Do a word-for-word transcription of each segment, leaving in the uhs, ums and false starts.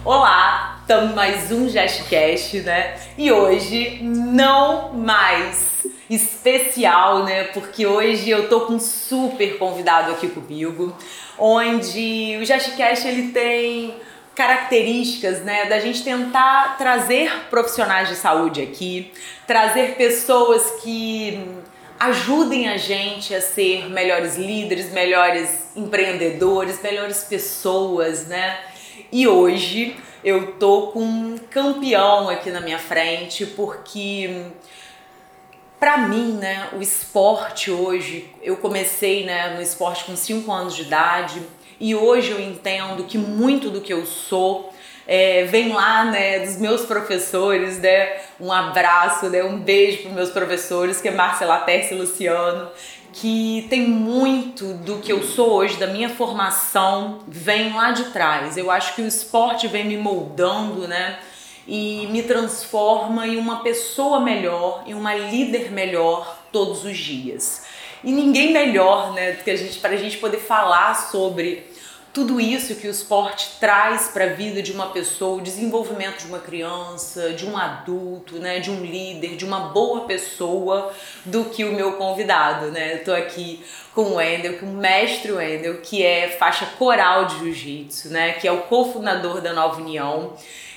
Olá, estamos mais um JustCast, né? E hoje não mais especial, né? Porque hoje eu tô com um super convidado aqui comigo, onde o JustCast ele tem características, né, da gente tentar trazer profissionais de saúde aqui, trazer pessoas que ajudem a gente a ser melhores líderes, melhores empreendedores, melhores pessoas, né? E hoje eu tô com um campeão aqui na minha frente, porque pra mim, né, o esporte hoje, eu comecei, né, no esporte com cinco anos de idade e hoje eu entendo que muito do que eu sou é, vem lá, né, dos meus professores, né, um abraço, né, um beijo para os meus professores, que é Marcela Terce e Luciano, que tem muito do que eu sou hoje, da minha formação, vem lá de trás. Eu acho que o esporte vem me moldando, né, e me transforma em uma pessoa melhor, em uma líder melhor todos os dias. E ninguém melhor, né, do que a gente, para a gente poder falar sobre tudo isso que o esporte traz para a vida de uma pessoa, o desenvolvimento de uma criança, de um adulto, né, de um líder, de uma boa pessoa, do que o meu convidado, né? Eu tô aqui com o Wendel, com o mestre Wendel, que é faixa coral de jiu-jitsu, né, que é o cofundador da Nova União.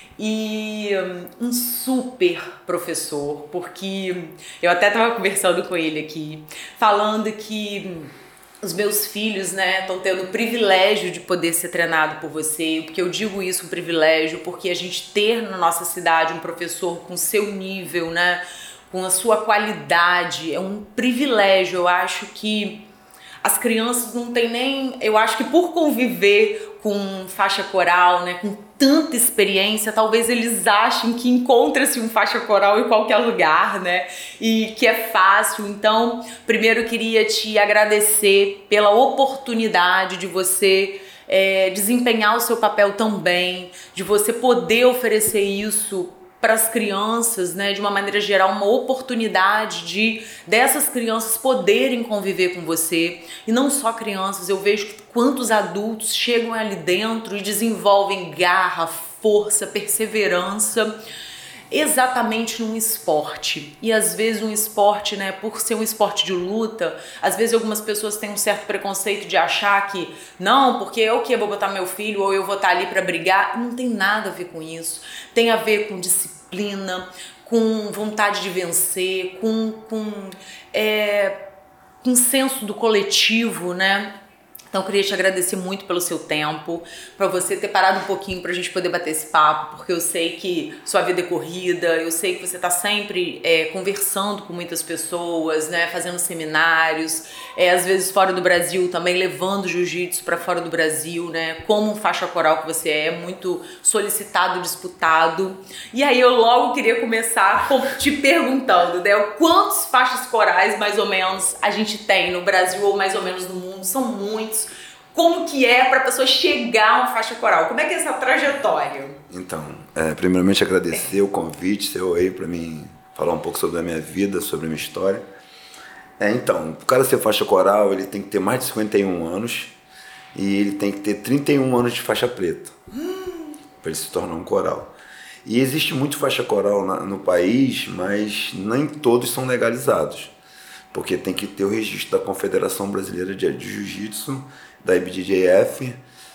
E um super professor, porque eu até estava conversando com ele aqui, falando que os meus filhos, né, estão tendo o privilégio de poder ser treinado por você. Porque eu digo isso, um privilégio, porque a gente ter na nossa cidade um professor com seu nível, né, com a sua qualidade, é um privilégio. Eu acho que as crianças não têm nem... Eu acho que por conviver com faixa coral, né, com tanta experiência, talvez eles achem que encontra-se um faixa coral em qualquer lugar, né, e que é fácil. Então, primeiro eu queria te agradecer pela oportunidade de você é, desempenhar o seu papel tão bem, de você poder oferecer isso para as crianças, né, de uma maneira geral, uma oportunidade de dessas crianças poderem conviver com você. E não só crianças, eu vejo quantos adultos chegam ali dentro e desenvolvem garra, força, perseverança, exatamente num esporte. E às vezes um esporte, né, por ser um esporte de luta, às vezes algumas pessoas têm um certo preconceito de achar que não, porque eu que vou botar meu filho ou eu vou estar ali para brigar. Não tem nada a ver com isso. Tem a ver com disciplina, com vontade de vencer, com, com, é, com senso do coletivo, né? Então eu queria te agradecer muito pelo seu tempo, para você ter parado um pouquinho pra gente poder bater esse papo, porque eu sei que sua vida é corrida, eu sei que você tá sempre é, conversando com muitas pessoas, né, fazendo seminários, é, às vezes fora do Brasil também, levando jiu-jitsu para fora do Brasil, né, como um faixa coral que você é, muito solicitado, disputado. E aí eu logo queria começar te perguntando, né, quantos faixas corais mais ou menos a gente tem no Brasil ou mais ou menos no mundo? São muitos. Como que é para a pessoa chegar a uma faixa coral? Como é que é essa trajetória? Então, é, primeiramente agradecer o convite seu aí para mim falar um pouco sobre a minha vida, sobre a minha história. É, então, o cara ser faixa coral, ele tem que ter mais de cinquenta e um anos e ele tem que ter trinta e um anos de faixa preta hum. para ele se tornar um coral. E existe muito faixa coral na, no país, mas nem todos são legalizados, porque tem que ter o registro da Confederação Brasileira de Jiu-Jitsu, da I B J J F,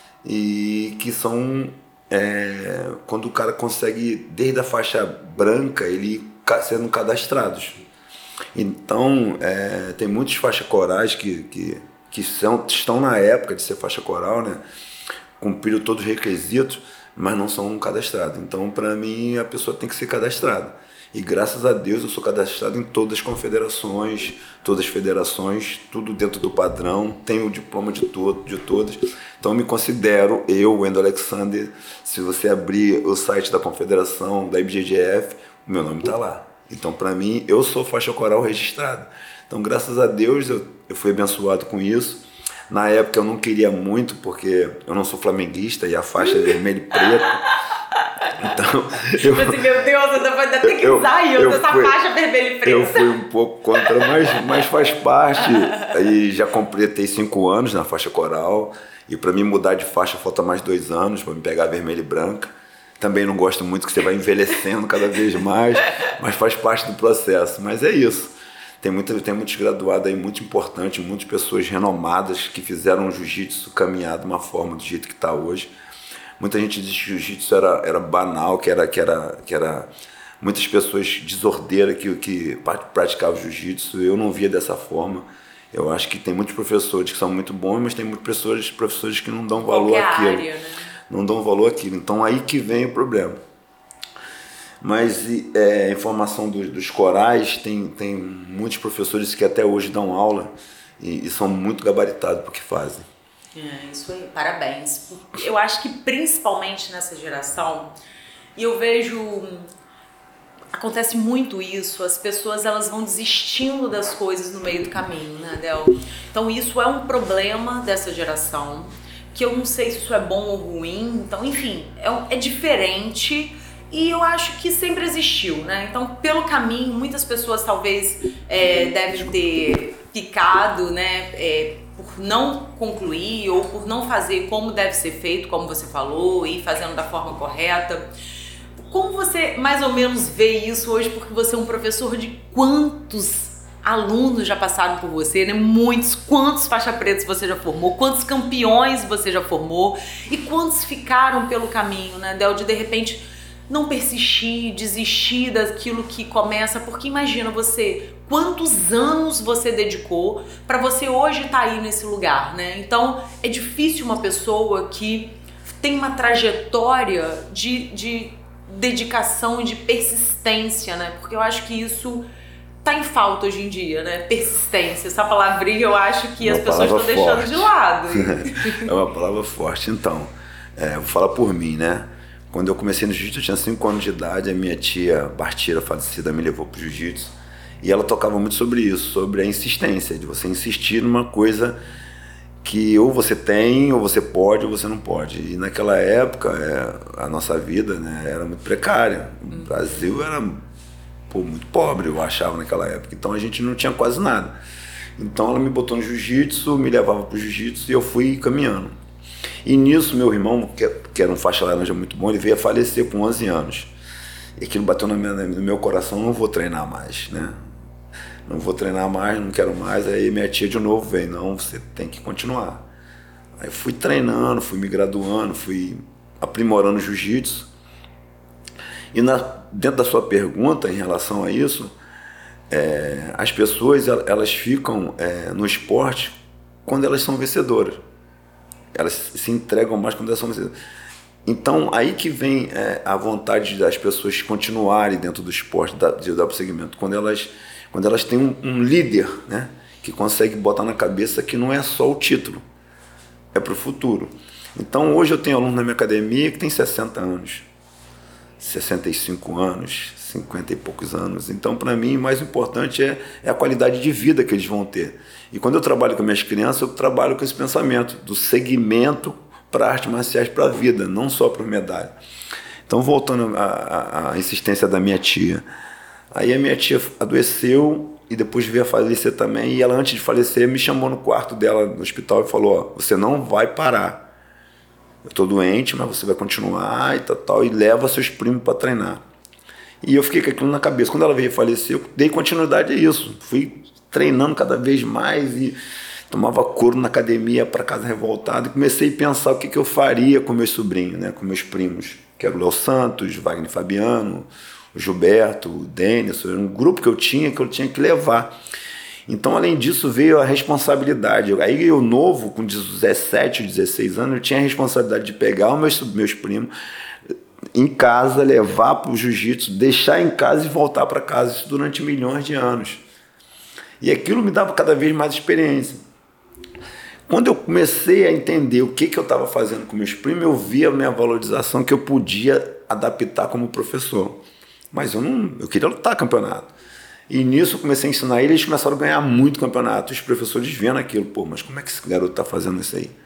e que são é, quando o cara consegue, desde a faixa branca, ele sendo cadastrados. Então, é, tem muitos faixas corais que, que, que são, estão na época de ser faixa coral, né? Cumpriram todos os requisitos, mas não são cadastrados. Então, para mim, a pessoa tem que ser cadastrada. E graças a Deus eu sou cadastrado em todas as confederações, todas as federações, tudo dentro do padrão, tenho o diploma de, todo, de todas. Então eu me considero, eu, Wendel Alexander, se você abrir o site da confederação, da I B J J F, o meu nome está lá. Então para mim, eu sou faixa coral registrada. Então graças a Deus eu, eu fui abençoado com isso. Na época eu não queria muito, porque eu não sou flamenguista e a faixa é vermelho e preto. Então, eu, assim, meu Deus, eu ainda tenho que usar isso, essa fui, faixa vermelha e preta. Eu fui um pouco contra, mas, mas faz parte. Aí já completei cinco anos na faixa coral. E para mim mudar de faixa falta mais dois anos, para me pegar vermelha e branca. Também não gosto muito que você vai envelhecendo cada vez mais, mas faz parte do processo. Mas é isso. Tem, muita, tem muitos graduados aí muito importantes, muitas pessoas renomadas que fizeram o jiu-jitsu caminhar de uma forma do jeito que está hoje. Muita gente diz que o jiu-jitsu era, era banal, que era, que era, que era muitas pessoas desordeiras que, que praticavam jiu-jitsu. Eu não via dessa forma. Eu acho que tem muitos professores que são muito bons, mas tem muitos professores, professores que não dão valor Qualquer àquilo. área, né? Não dão valor àquilo. Então aí que vem o problema. Mas é, a informação dos, dos corais, tem, tem muitos professores que até hoje dão aula e, e são muito gabaritados por que fazem. É, isso aí, parabéns. Eu acho que principalmente nessa geração, e eu vejo, acontece muito isso, as pessoas elas vão desistindo das coisas no meio do caminho, né, Del? Então isso é um problema dessa geração, que eu não sei se isso é bom ou ruim, então enfim, é, é diferente. E eu acho que sempre existiu, né? Então, pelo caminho, muitas pessoas talvez é, devem ter ficado, né? É, por não concluir ou por não fazer como deve ser feito, como você falou, e fazendo da forma correta. Como você mais ou menos vê isso hoje? Porque você é um professor de quantos alunos já passaram por você, né? Muitos. Quantos faixa pretos você já formou? Quantos campeões você já formou? E quantos ficaram pelo caminho, né, Del? De de repente não persistir, desistir daquilo que começa, porque imagina você, quantos anos você dedicou para você hoje estar aí nesse lugar, né? Então é difícil uma pessoa que tem uma trajetória de, de dedicação e de persistência, né? Porque eu acho que isso tá em falta hoje em dia, né? Persistência, essa palavrinha eu acho que uma as pessoas estão deixando de lado. É uma palavra forte. Então, é, vou falar por mim, né? Quando eu comecei no jiu-jitsu, eu tinha cinco anos de idade, a minha tia Bartira, falecida, me levou pro jiu-jitsu. E ela tocava muito sobre isso, sobre a insistência, de você insistir numa coisa que ou você tem, ou você pode, ou você não pode. E naquela época, é, a nossa vida, né, era muito precária. O Brasil era pô, muito pobre, eu achava, naquela época. Então a gente não tinha quase nada. Então ela me botou no jiu-jitsu, me levava pro jiu-jitsu e eu fui caminhando. E nisso, meu irmão, que era um faixa laranja muito bom, ele veio a falecer com onze anos. E aquilo bateu no meu, no meu coração, não vou treinar mais, né? Não vou treinar mais, não quero mais. Aí minha tia de novo veio, não, você tem que continuar. Aí fui treinando, fui me graduando, fui aprimorando jiu-jitsu. E na, dentro da sua pergunta em relação a isso, é, as pessoas elas ficam é, no esporte quando elas são vencedoras. Elas se entregam mais quando elas são vencedoras. Então, aí que vem é, a vontade das pessoas continuarem dentro do esporte, da, de dar prosseguimento. Quando elas, quando elas têm um, um líder, né, que consegue botar na cabeça que não é só o título, é para o futuro. Então, hoje eu tenho aluno na minha academia que tem sessenta anos, sessenta e cinco anos, cinquenta e poucos anos. Então, para mim, o mais importante é, é a qualidade de vida que eles vão ter. E quando eu trabalho com minhas crianças, eu trabalho com esse pensamento do segmento para artes marciais, para a vida, não só para medalha. Então, voltando à, à insistência da minha tia. Aí a minha tia adoeceu e depois veio a falecer também. E ela, antes de falecer, me chamou no quarto dela no hospital e falou: ó, você não vai parar. Eu estou doente, mas você vai continuar e tal, tal, e leva seus primos para treinar. E eu fiquei com aquilo na cabeça. Quando ela veio falecer, eu dei continuidade a isso. Fui treinando cada vez mais e tomava couro na academia para casa revoltado. E comecei a pensar o que, que eu faria com meus sobrinhos, né, com meus primos, que era o Léo Santos, Wagner Fabiano, o Gilberto, o Denison. Era um grupo que eu tinha, que eu tinha que levar. Então, além disso, veio a responsabilidade. Aí eu, novo, com dezessete, dezesseis anos, eu tinha a responsabilidade de pegar os meus, meus primos em casa, levar para o jiu-jitsu, deixar em casa e voltar para casa. Isso durante milhões de anos. E aquilo me dava cada vez mais experiência. Quando eu comecei a entender o que, que eu estava fazendo com meus primos, eu vi a minha valorização que eu podia adaptar como professor. Mas eu não, eu queria lutar campeonato. E nisso eu comecei a ensinar eles, eles começaram a ganhar muito campeonato. Os professores vendo aquilo, pô, mas como é que esse garoto está fazendo isso aí?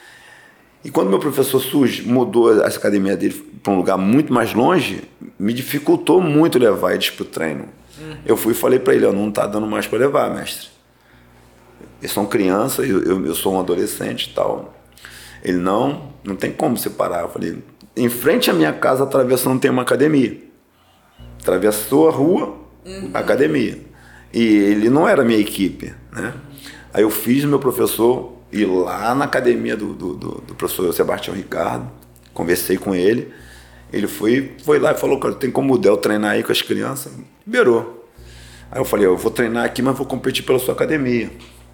E quando meu professor surge, mudou essa academia dele para um lugar muito mais longe, me dificultou muito levar eles para o treino. Uhum. Eu fui e falei para ele, ó, não está dando mais para levar, mestre. Eles são crianças, eu, eu, eu sou um adolescente e tal. Ele, não, não tem como separar. Eu falei, em frente à minha casa, atravessando, tem uma academia. Atravessou a rua, uhum. academia. E ele não era minha equipe, né? Aí eu fiz meu professor ir lá na academia do, do, do, do professor Sebastião Ricardo, conversei com ele, ele foi, foi lá e falou, cara, tem como o Del treinar aí com as crianças? Liberou. Aí eu falei, eu vou treinar aqui, mas vou competir pela sua academia.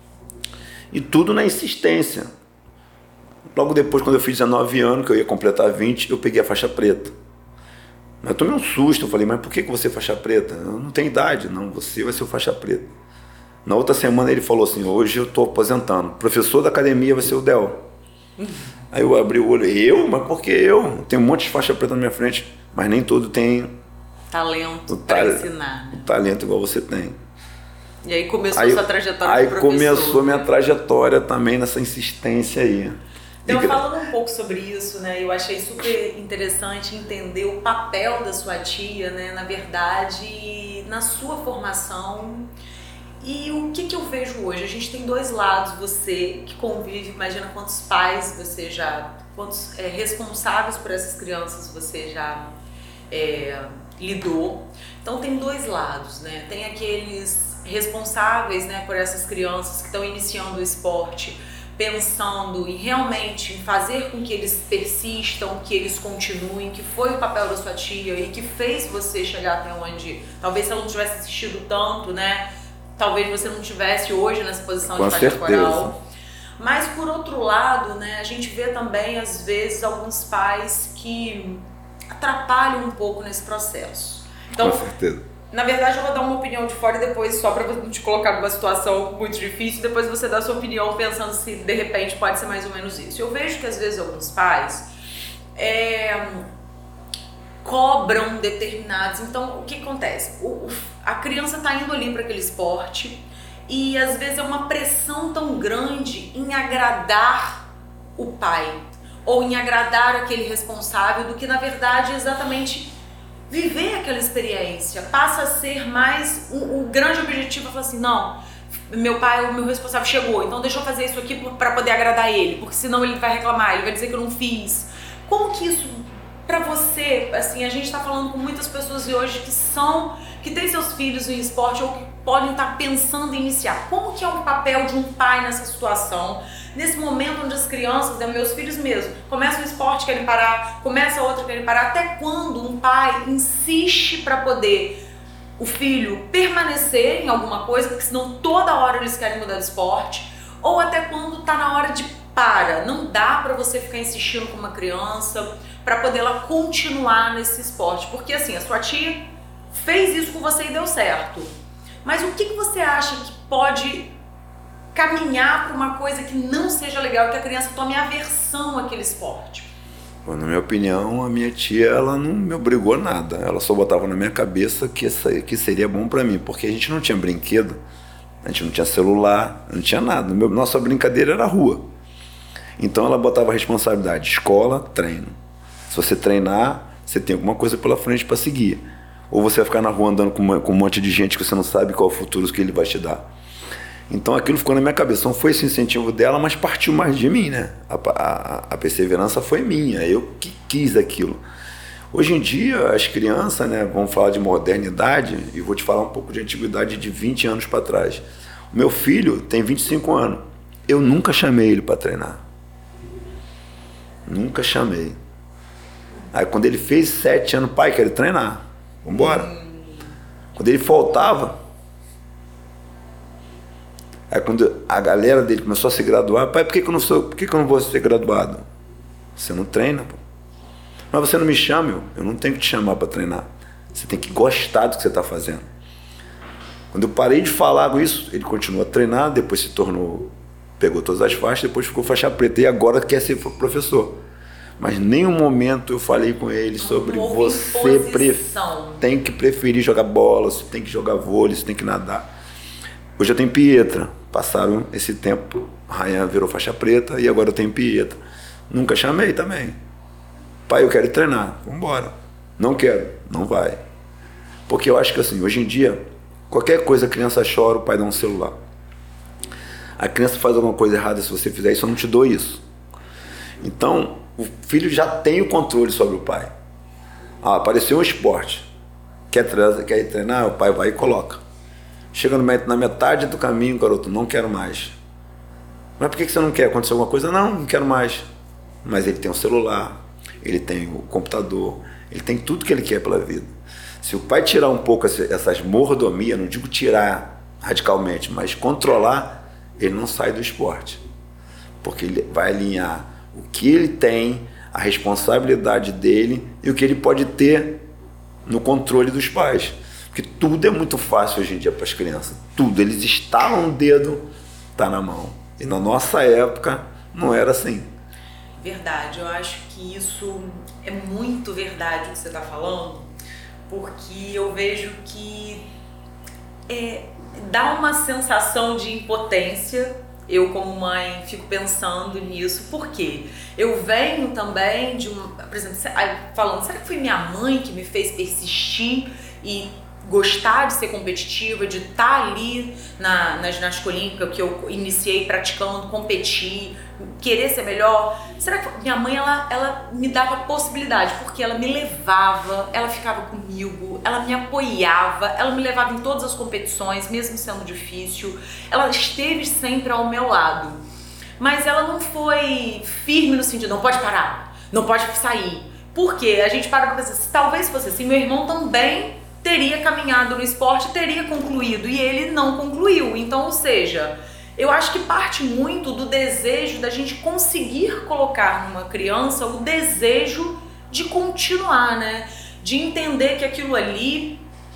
E tudo na insistência. Logo depois, quando eu fiz dezenove anos, que eu ia completar vinte, eu peguei a faixa preta. Mas eu tomei um susto, eu falei, mas por que você é faixa preta? Eu não tenho idade, não, você vai ser o faixa preta. Na outra semana ele falou assim, hoje eu estou aposentando, o professor da academia vai ser o Del. Aí eu abri o olho, eu? Mas por que eu? Tem um monte de faixa preta na minha frente, mas nem todo tem talento para ensinar. O talento igual você tem. E aí começou aí, sua trajetória Aí de professor. começou minha trajetória também nessa insistência aí. Então, falando um pouco sobre isso, né, eu achei super interessante entender o papel da sua tia, né, na verdade, na sua formação. E o que, que eu vejo hoje? A gente tem dois lados, você que convive, imagina quantos pais você já, quantos é, responsáveis por essas crianças você já é, lidou. Então tem dois lados, né? Tem aqueles responsáveis, né, por essas crianças que estão iniciando o esporte, pensando em realmente em fazer com que eles persistam, que eles continuem, que foi o papel da sua tia e que fez você chegar até onde, talvez se ela não tivesse assistido tanto, né? Talvez você não tivesse hoje nessa posição com de faixa certeza. coral. Mas por outro lado, né, a gente vê também às vezes alguns pais que atrapalham um pouco nesse processo. Então, com certeza. Na verdade, eu vou dar uma opinião de fora e depois, só para não te colocar numa situação muito difícil, depois você dá a sua opinião pensando se de repente pode ser mais ou menos isso. Eu vejo que às vezes alguns pais é, cobram determinados. Então, o que acontece? O, o, a criança está indo ali para aquele esporte e às vezes é uma pressão tão grande em agradar o pai ou em agradar aquele responsável do que na verdade exatamente viver aquela experiência. Passa a ser mais o, o grande objetivo é falar assim, não, meu pai, o meu responsável chegou, então deixa eu fazer isso aqui para poder agradar ele, porque senão ele vai reclamar, ele vai dizer que eu não fiz. Como que isso para você, assim, a gente tá falando com muitas pessoas de hoje que são, que têm seus filhos em esporte ou que podem estar pensando em iniciar. Como que é o papel de um pai nessa situação? Nesse momento onde as crianças, né, meus filhos mesmo, começam um esporte, querem parar, começa outro, querem parar, até quando um pai insiste para poder o filho permanecer em alguma coisa, porque senão toda hora eles querem mudar de esporte, ou até quando tá na hora de para, não dá para você ficar insistindo com uma criança para poder ela continuar nesse esporte, porque assim, a sua tia fez isso com você e deu certo, mas o que, que você acha que pode caminhar para uma coisa que não seja legal, que a criança tome aversão àquele esporte? Bom, na minha opinião, a minha tia, ela não me obrigou a nada. Ela só botava na minha cabeça que, essa, que seria bom para mim, porque a gente não tinha brinquedo, a gente não tinha celular, não tinha nada. Meu, nossa brincadeira era a rua. Então ela botava a responsabilidade, escola, treino. Se você treinar, você tem alguma coisa pela frente para seguir. Ou você vai ficar na rua andando com, uma, com um monte de gente que você não sabe qual é o futuro que ele vai te dar. Então aquilo ficou na minha cabeça, não foi esse incentivo dela, mas partiu mais de mim, né? A, a, a perseverança foi minha, eu que quis aquilo. Hoje em dia, as crianças, né, vamos falar de modernidade, e vou te falar um pouco de antiguidade de vinte anos para trás. O meu filho tem vinte e cinco anos, eu nunca chamei ele para treinar. Nunca chamei. Aí quando ele fez sete anos, pai, quero treinar, vamos embora. Quando ele faltava, aí quando a galera dele começou a se graduar, pai, por que, que, eu, não sou, por que, que eu não vou ser graduado? Você não treina, pô. Mas você não me chama, eu, eu não tenho que te chamar para treinar. Você tem que gostar do que você está fazendo. Quando eu parei de falar com isso, ele continuou a treinar, depois se tornou, pegou todas as faixas, depois ficou faixa preta e agora quer ser professor. Mas em nenhum momento eu falei com ele sobre não você pre- tem que preferir jogar bola, você tem que jogar vôlei, você tem que nadar. Hoje eu tenho Pietra, passaram esse tempo, a Rainha virou faixa preta e agora eu tenho Pietra. Nunca chamei também. Pai, eu quero ir treinar, vamos embora. Não quero, não vai. Porque eu acho que assim, hoje em dia, qualquer coisa a criança chora, o pai dá um celular. A criança faz alguma coisa errada, se você fizer isso, eu não te dou isso. Então, o filho já tem o controle sobre o pai. Ah, apareceu um esporte, quer treinar, quer ir treinar, o pai vai e coloca. Chega no, na metade do caminho, garoto, não quero mais. Mas por que você não quer? Aconteceu alguma coisa? Não, não quero mais. Mas ele tem um celular, ele tem o computador, ele tem tudo que ele quer pela vida. Se o pai tirar um pouco essas mordomias, não digo tirar radicalmente, mas controlar, ele não sai do esporte. Porque ele vai alinhar o que ele tem, a responsabilidade dele e o que ele pode ter no controle dos pais. Porque tudo é muito fácil hoje em dia para as crianças. Tudo. Eles estalam o dedo, tá na mão. E na nossa época não era assim. Verdade. Eu acho que isso é muito verdade o que você está falando, porque eu vejo que é, dá uma sensação de impotência. Eu, como mãe, fico pensando nisso. Por quê? Eu venho também de um... Por exemplo, falando, será que foi minha mãe que me fez persistir e gostar de ser competitiva, de estar ali na, na ginástica olímpica que eu iniciei praticando, competir, querer ser melhor? Será que minha mãe, ela, ela me dava possibilidade, porque ela me levava, ela ficava comigo, ela me apoiava, ela me levava em todas as competições, mesmo sendo difícil, ela esteve sempre ao meu lado, mas ela não foi firme no sentido, não pode parar, não pode sair, porque a gente para pra pensar, se talvez fosse assim, meu irmão também teria caminhado no esporte, teria concluído, e ele não concluiu. Então, ou seja, eu acho que parte muito do desejo da gente conseguir colocar numa criança o desejo de continuar, né? De entender que aquilo ali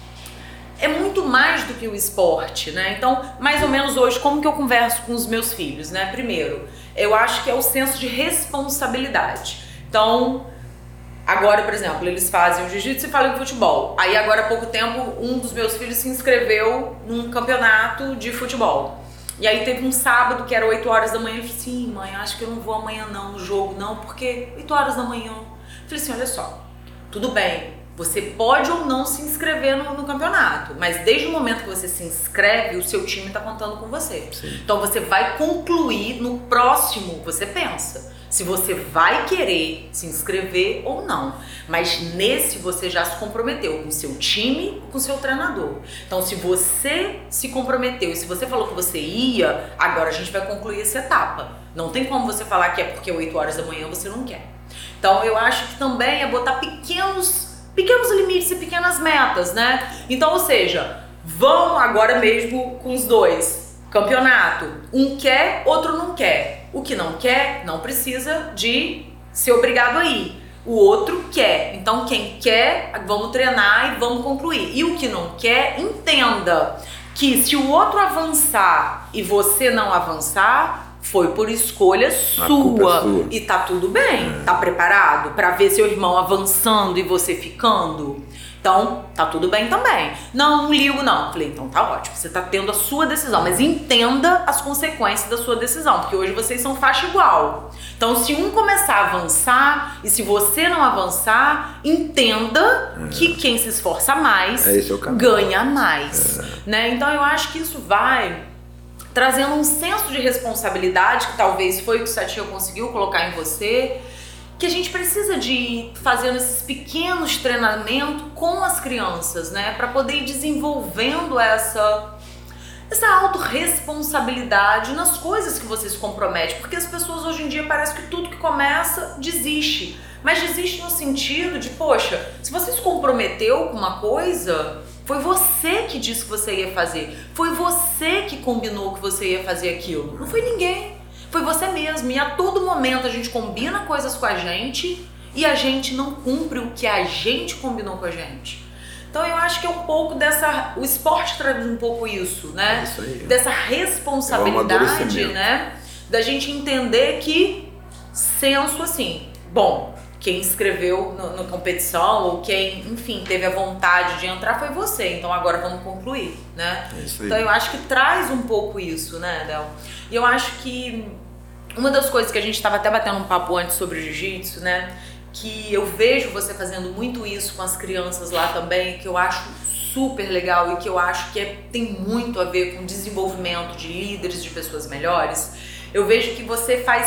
é muito mais do que o esporte, né? Então, mais ou menos hoje, como que eu converso com os meus filhos, né? Primeiro, eu acho que é o senso de responsabilidade. Então, agora, por exemplo, eles fazem o jiu-jitsu e falam em futebol. Aí agora há pouco tempo um dos meus filhos se inscreveu num campeonato de futebol. E aí teve um sábado que era oito horas da manhã. Ele falou assim, mãe, acho que eu não vou amanhã não no jogo não, porque oito horas da manhã. Eu falei assim, olha só, tudo bem, você pode ou não se inscrever no, no campeonato, mas desde o momento que você se inscreve, o seu time está contando com você. Sim. Então você vai concluir no próximo, você pensa, se você vai querer se inscrever ou não. Mas nesse você já se comprometeu com o seu time, com o seu treinador. Então se você se comprometeu e se você falou que você ia, agora a gente vai concluir essa etapa. Não tem como você falar que é porque oito horas da manhã você não quer. Então eu acho que também é botar pequenos, pequenos limites e pequenas metas, né? Então, ou seja, vão agora mesmo com os dois. Campeonato, um quer, outro não quer. O que não quer, não precisa de ser obrigado a ir. O outro quer. Então, quem quer, vamos treinar e vamos concluir. E o que não quer, entenda que se o outro avançar e você não avançar, foi por escolha sua. É sua. E tá tudo bem. É. Tá preparado para ver seu irmão avançando e você ficando? Então, tá tudo bem também. Não, não ligo não. Falei, então tá ótimo, você tá tendo a sua decisão, mas entenda as consequências da sua decisão, porque hoje vocês são faixa igual. Então, se um começar a avançar e se você não avançar, entenda é. que quem se esforça mais é ganha mais. É. Né? Então, eu acho que isso vai trazendo um senso de responsabilidade, que talvez foi o que o Satia conseguiu colocar em você, que a gente precisa de ir fazendo esses pequenos treinamentos com as crianças, né? Para poder ir desenvolvendo essa, essa autorresponsabilidade nas coisas que você se compromete. Porque as pessoas hoje em dia parece que tudo que começa desiste. Mas desiste no sentido de, poxa, se você se comprometeu com uma coisa, foi você que disse que você ia fazer. Foi você que combinou que você ia fazer aquilo. Não foi ninguém. Foi você mesmo, e a todo momento a gente combina coisas com a gente e a gente não cumpre o que a gente combinou com a gente. Então eu acho que é um pouco dessa... O esporte traz um pouco isso, né? É isso aí. Dessa responsabilidade, é um né? Da gente entender que senso assim, bom, quem inscreveu no, no competição ou quem, enfim, teve a vontade de entrar foi você, então agora vamos concluir, né? É isso aí. Então eu acho que traz um pouco isso, né, Del? E eu acho que uma das coisas que a gente estava até batendo um papo antes sobre o jiu-jitsu, né? Que eu vejo você fazendo muito isso com as crianças lá também, que eu acho super legal e que eu acho que é, tem muito a ver com o desenvolvimento de líderes, de pessoas melhores. Eu vejo que você faz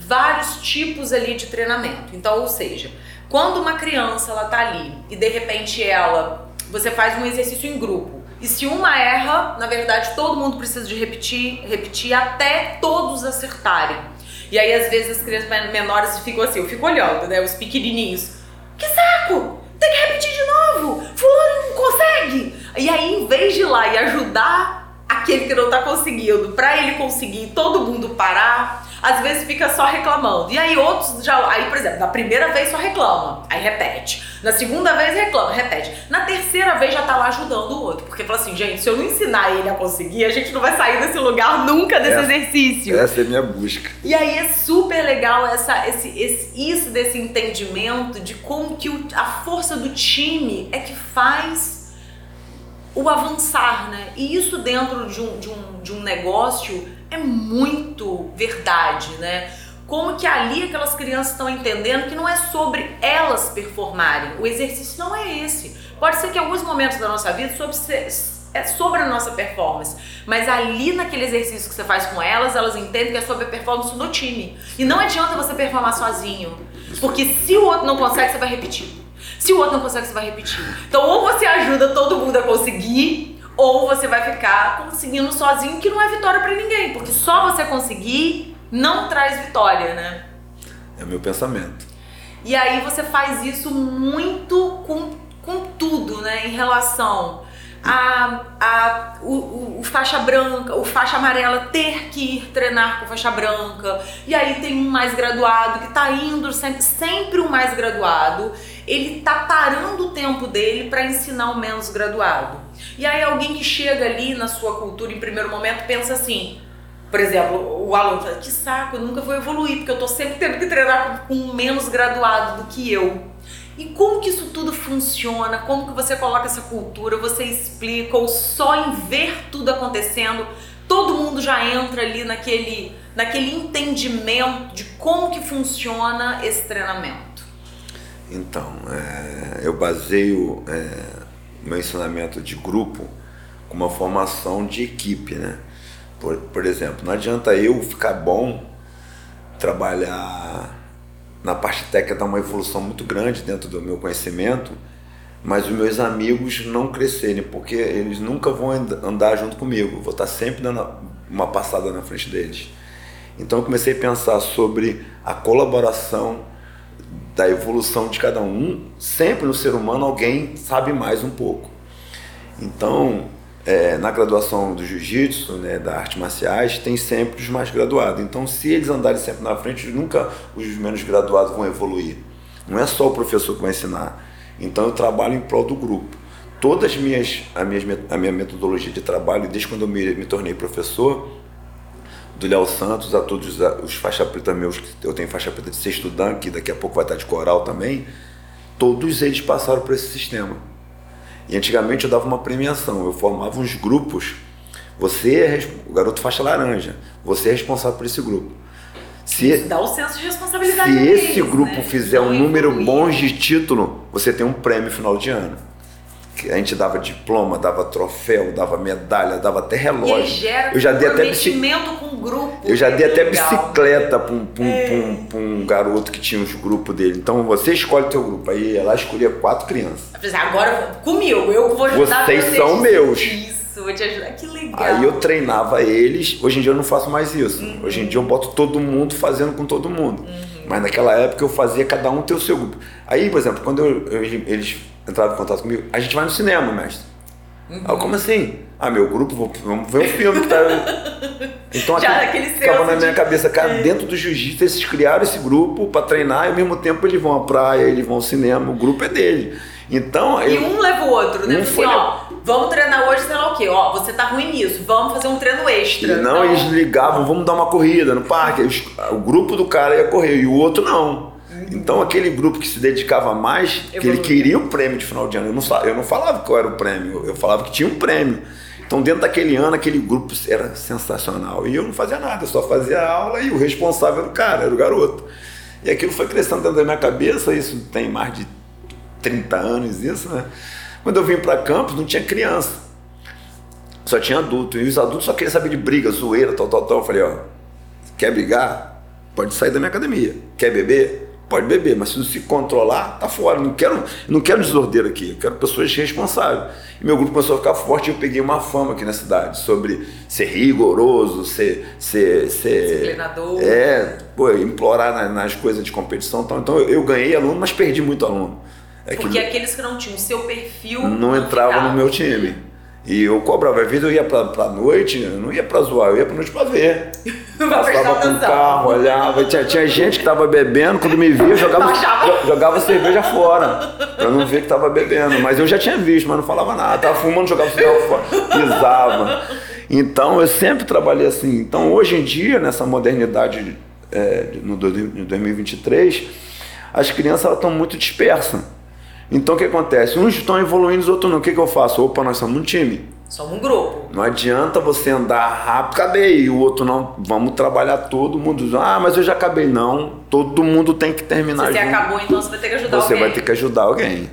vários tipos ali de treinamento. Então, ou seja, quando uma criança ela tá ali e de repente ela, você faz um exercício em grupo, e se uma erra, na verdade todo mundo precisa de repetir, repetir até todos acertarem. E aí às vezes as crianças menores ficam assim, eu fico olhando, né, os pequenininhos, que saco, tem que repetir de novo, fulano não consegue. E aí em vez de ir lá e ajudar aquele que não tá conseguindo, pra ele conseguir todo mundo parar, às vezes fica só reclamando. E aí outros já, aí por exemplo, na primeira vez só reclama, aí repete. Na segunda vez reclama, repete. Na terceira vez já tá lá ajudando o outro. Porque fala assim, gente, se eu não ensinar ele a conseguir, a gente não vai sair desse lugar nunca desse essa, exercício. Essa é a minha busca. E aí é super legal essa, esse, esse, isso desse entendimento de como que o, a força do time é que faz o avançar, né? E isso dentro de um, de um, de um negócio é muito verdade, né? Como que ali aquelas crianças estão entendendo que não é sobre elas performarem. O exercício não é esse. Pode ser que em alguns momentos da nossa vida sobre ser, é sobre a nossa performance, mas ali naquele exercício que você faz com elas, elas entendem que é sobre a performance do time. E não adianta você performar sozinho, porque se o outro não consegue, você vai repetir. Se o outro não consegue, você vai repetir. Então ou você ajuda todo mundo a conseguir, ou você vai ficar conseguindo sozinho, que não é vitória pra ninguém, porque só você conseguir não traz vitória, né? É o meu pensamento. E aí você faz isso muito com, com tudo, né? Em relação a, a o, o, o faixa branca, o faixa amarela ter que ir treinar com faixa branca. E aí tem um mais graduado que tá indo, sempre, sempre o mais graduado, ele tá parando o tempo dele para ensinar o menos graduado. E aí alguém que chega ali na sua cultura em primeiro momento pensa assim, por exemplo, o aluno fala, que saco, eu nunca vou evoluir, porque eu tô sempre tendo que treinar com um menos graduado do que eu. E como que isso tudo funciona? Como que você coloca essa cultura? Você explica, ou só em ver tudo acontecendo, todo mundo já entra ali naquele, naquele entendimento de como que funciona esse treinamento? Então, é, eu baseio é, meu ensinamento de grupo com uma formação de equipe, né? Por, por exemplo, não adianta eu ficar bom, trabalhar na parte técnica, dar uma evolução muito grande dentro do meu conhecimento, mas os meus amigos não crescerem, porque eles nunca vão andar junto comigo, vou estar sempre dando uma passada na frente deles. Então eu comecei a pensar sobre a colaboração da evolução de cada um. Sempre no ser humano alguém sabe mais um pouco. Então, é, na graduação do jiu-jitsu, né, da artes marciais, tem sempre os mais graduados. Então, se eles andarem sempre na frente, nunca os menos graduados vão evoluir. Não é só o professor que vai ensinar. Então, eu trabalho em prol do grupo. Todas as minhas, a, minha, a minha metodologia de trabalho, desde quando eu me, me tornei professor, do Léo Santos a todos os faixa preta meus, eu tenho faixa preta de sexto dan, que daqui a pouco vai estar de coral também, todos eles passaram por esse sistema. E antigamente eu dava uma premiação, eu formava uns grupos, você é o garoto faixa laranja, você é responsável por esse grupo. Se, Isso dá o senso de responsabilidade. Se deles, esse grupo né? fizer Não um número evoluir. bom de título, você tem um prêmio final de ano. A gente dava diploma, dava troféu, dava medalha, dava até relógio. E aí gera eu já dei até comprometimento com o grupo. Eu já dei até legal. bicicleta para um, pra um, É. pra um, pra um garoto que tinha os grupos dele. Então você escolhe o teu grupo. Aí ela escolhia quatro crianças. Agora comigo, eu vou ajudar Vocês vocês. são meus. Isso, vou te ajudar. Que legal. Aí eu treinava eles. Hoje em dia eu não faço mais isso. Uhum. Hoje em dia eu boto todo mundo fazendo com todo mundo. Uhum. Mas naquela época eu fazia cada um ter o seu grupo. Aí, por exemplo, quando eu, eu, eles entravam em contato comigo, a gente vai no cinema, mestre. Uhum. Aí eu, como assim? Ah, meu grupo, vou, vamos ver um filme que tá... Então já aqui ficava na minha de... cabeça, cara, é. Dentro do jiu-jitsu eles criaram esse grupo para treinar e ao mesmo tempo eles vão à praia, eles vão ao cinema, o grupo é dele. Então, e eu, um leva o outro, né? Um assim, foi... ó, vamos treinar hoje, sei lá o quê, ó, você tá ruim nisso, vamos fazer um treino extra. E não, então... eles ligavam, vamos dar uma corrida no parque, eles, o grupo do cara ia correr e o outro não. Uhum. Então aquele grupo que se dedicava mais, eu que ele queria o prêmio de final de ano, eu não, eu não falava qual era o prêmio, eu falava que tinha um prêmio. Então dentro daquele ano, aquele grupo era sensacional. E eu não fazia nada, eu só fazia aula e o responsável era o cara, era o garoto. E aquilo foi crescendo dentro da minha cabeça, isso tem mais de trinta anos, isso, né? Quando eu vim para Campos, não tinha criança, só tinha adulto. E os adultos só queriam saber de briga, zoeira, tal, tal, tal. Eu falei, ó, quer brigar? pode sair da minha academia. Quer beber? Pode beber, mas se se controlar, tá fora. Não quero, não quero desordeiro aqui, eu quero pessoas responsáveis. E meu grupo começou a ficar forte e eu peguei uma fama aqui na cidade sobre ser rigoroso, ser... ser, ser disciplinador. É, pô, implorar nas, nas coisas de competição. Então, então eu, eu ganhei aluno, mas perdi muito aluno. É Porque que aqueles que não tinham o seu perfil... Não entravam no meu time. E eu cobrava, às vezes eu ia pra, pra noite, eu não ia pra zoar, eu ia pra noite pra ver. Passava com o carro, olhava, tinha, tinha gente que tava bebendo, quando me via, jogava, jogava cerveja fora, pra não ver que tava bebendo. Mas eu já tinha visto, mas não falava nada, tava fumando, jogava cigarro fora, pisava. Então eu sempre trabalhei assim. Então hoje em dia, nessa modernidade, é, no dois mil e vinte e três, as crianças estão muito dispersas. Então o que acontece? Uns estão evoluindo, os outros não. O que, que eu faço? Opa, nós somos um time. Somos um grupo. Não adianta você andar rápido, acabei, e o outro não. Vamos trabalhar todo mundo. Ah, mas eu já acabei. Não, todo mundo tem que terminar junto. Se você acabou, então você vai ter que ajudar você alguém. Você vai ter que ajudar alguém.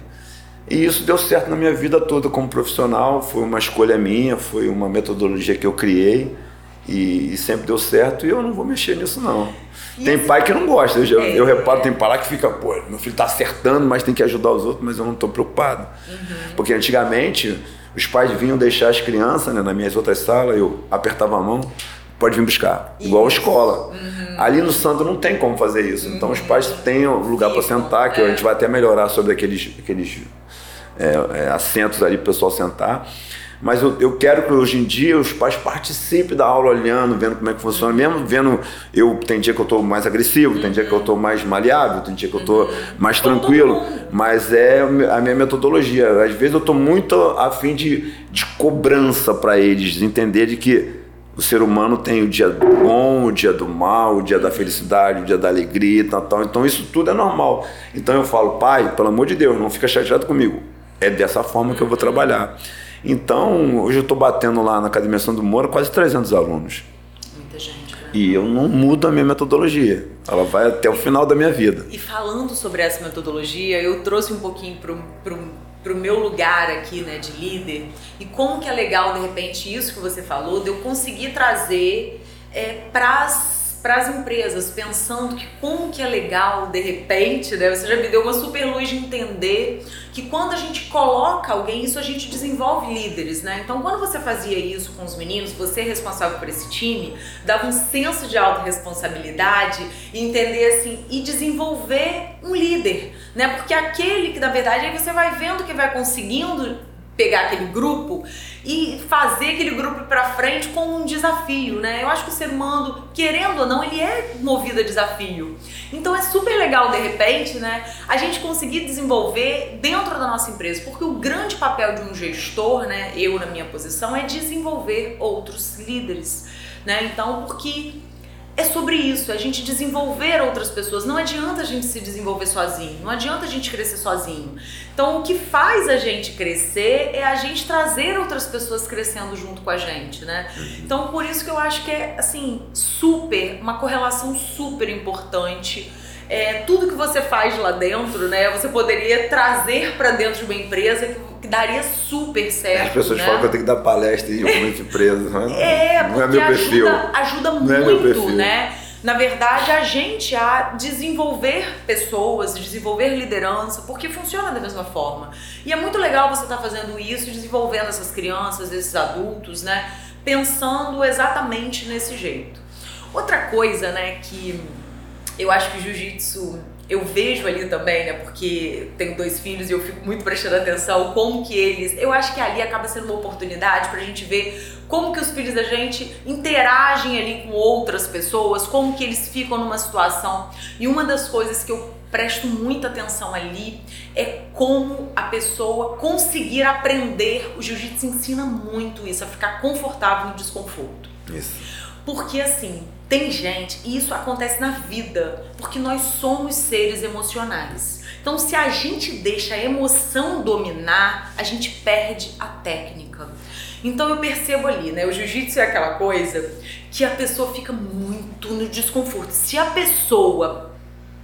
E isso deu certo na minha vida toda como profissional. Foi uma escolha minha, foi uma metodologia que eu criei. E, e sempre deu certo, e eu não vou mexer nisso não. E tem assim, pai que não gosta, eu, é, eu reparo, tem pai lá que fica, pô, meu filho tá acertando, mas tem que ajudar os outros, mas eu não tô preocupado. Uhum. Porque antigamente, os pais vinham deixar as crianças, né, nas minhas outras salas, eu apertava a mão, pode vir buscar, isso. Igual a escola. Uhum. Ali no Santo não tem como fazer isso, uhum. Então os pais têm um lugar para sentar, que é. A gente vai até melhorar sobre aqueles, aqueles é, é, assentos ali para o pessoal sentar. Mas eu, eu quero que hoje em dia os pais participem da aula olhando, vendo como é que funciona, mesmo vendo, eu tem dia que eu estou mais agressivo, tem dia que eu estou mais maleável, tem dia que eu estou mais tranquilo, mas é a minha metodologia. Às vezes eu estou muito a fim de, de cobrança para eles, entender de que o ser humano tem o dia bom, o dia do mal, o dia da felicidade, o dia da alegria, tal, tal. Então isso tudo é normal. Então eu falo, pai, pelo amor de Deus, não fica chateado comigo, é dessa forma que eu vou trabalhar. Então, hoje eu estou batendo lá na Academia Sandro Moura quase trezentos alunos. Muita gente, né? E eu não mudo a minha metodologia. Ela vai até o final da minha vida. E falando sobre essa metodologia, eu trouxe um pouquinho para o meu lugar aqui, né, de líder. E como que é legal, de repente, isso que você falou, de eu conseguir trazer é, para as para as empresas, pensando que como que é legal, de repente, né? Você já me deu uma super luz de entender que quando a gente coloca alguém, isso a gente desenvolve líderes, né? Então, quando você fazia isso com os meninos, você é responsável por esse time, dava um senso de autorresponsabilidade e entender assim, e desenvolver um líder, né? Porque aquele que, na verdade, aí você vai vendo que vai conseguindo pegar aquele grupo e fazer aquele grupo para frente como um desafio, né? Eu acho que o ser humano, querendo ou não, ele é movido a desafio. Então é super legal, de repente, né, a gente conseguir desenvolver dentro da nossa empresa, porque o grande papel de um gestor, né, eu na minha posição, é desenvolver outros líderes, né? Então, porque é sobre isso, é a gente desenvolver outras pessoas. Não adianta a gente se desenvolver sozinho, não adianta a gente crescer sozinho. Então o que faz a gente crescer é a gente trazer outras pessoas crescendo junto com a gente, né? Então por isso que eu acho que é assim, super, uma correlação super importante. É, tudo que você faz lá dentro, né, você poderia trazer para dentro de uma empresa que, que daria super certo. As pessoas né? falam que eu tenho que dar palestra em muitas empresas, mas é, não é meu perfil. Ajuda, ajuda não muito, é né? Na verdade, a gente a desenvolver pessoas, desenvolver liderança, porque funciona da mesma forma. E é muito legal você estar fazendo isso, desenvolvendo essas crianças, esses adultos, né, pensando exatamente nesse jeito. Outra coisa, né, que eu acho que o jiu-jitsu, eu vejo ali também, né, porque tenho dois filhos e eu fico muito prestando atenção como que eles, eu acho que ali acaba sendo uma oportunidade pra gente ver como que os filhos da gente interagem ali com outras pessoas, como que eles ficam numa situação. E uma das coisas que eu presto muita atenção ali é como a pessoa conseguir aprender. O jiu-jitsu ensina muito isso, a ficar confortável no desconforto. Isso. Porque assim, tem gente, e isso acontece na vida, porque nós somos seres emocionais. Então se a gente deixa a emoção dominar, a gente perde a técnica. Então eu percebo ali, né, o jiu-jitsu é aquela coisa que a pessoa fica muito no desconforto. Se a pessoa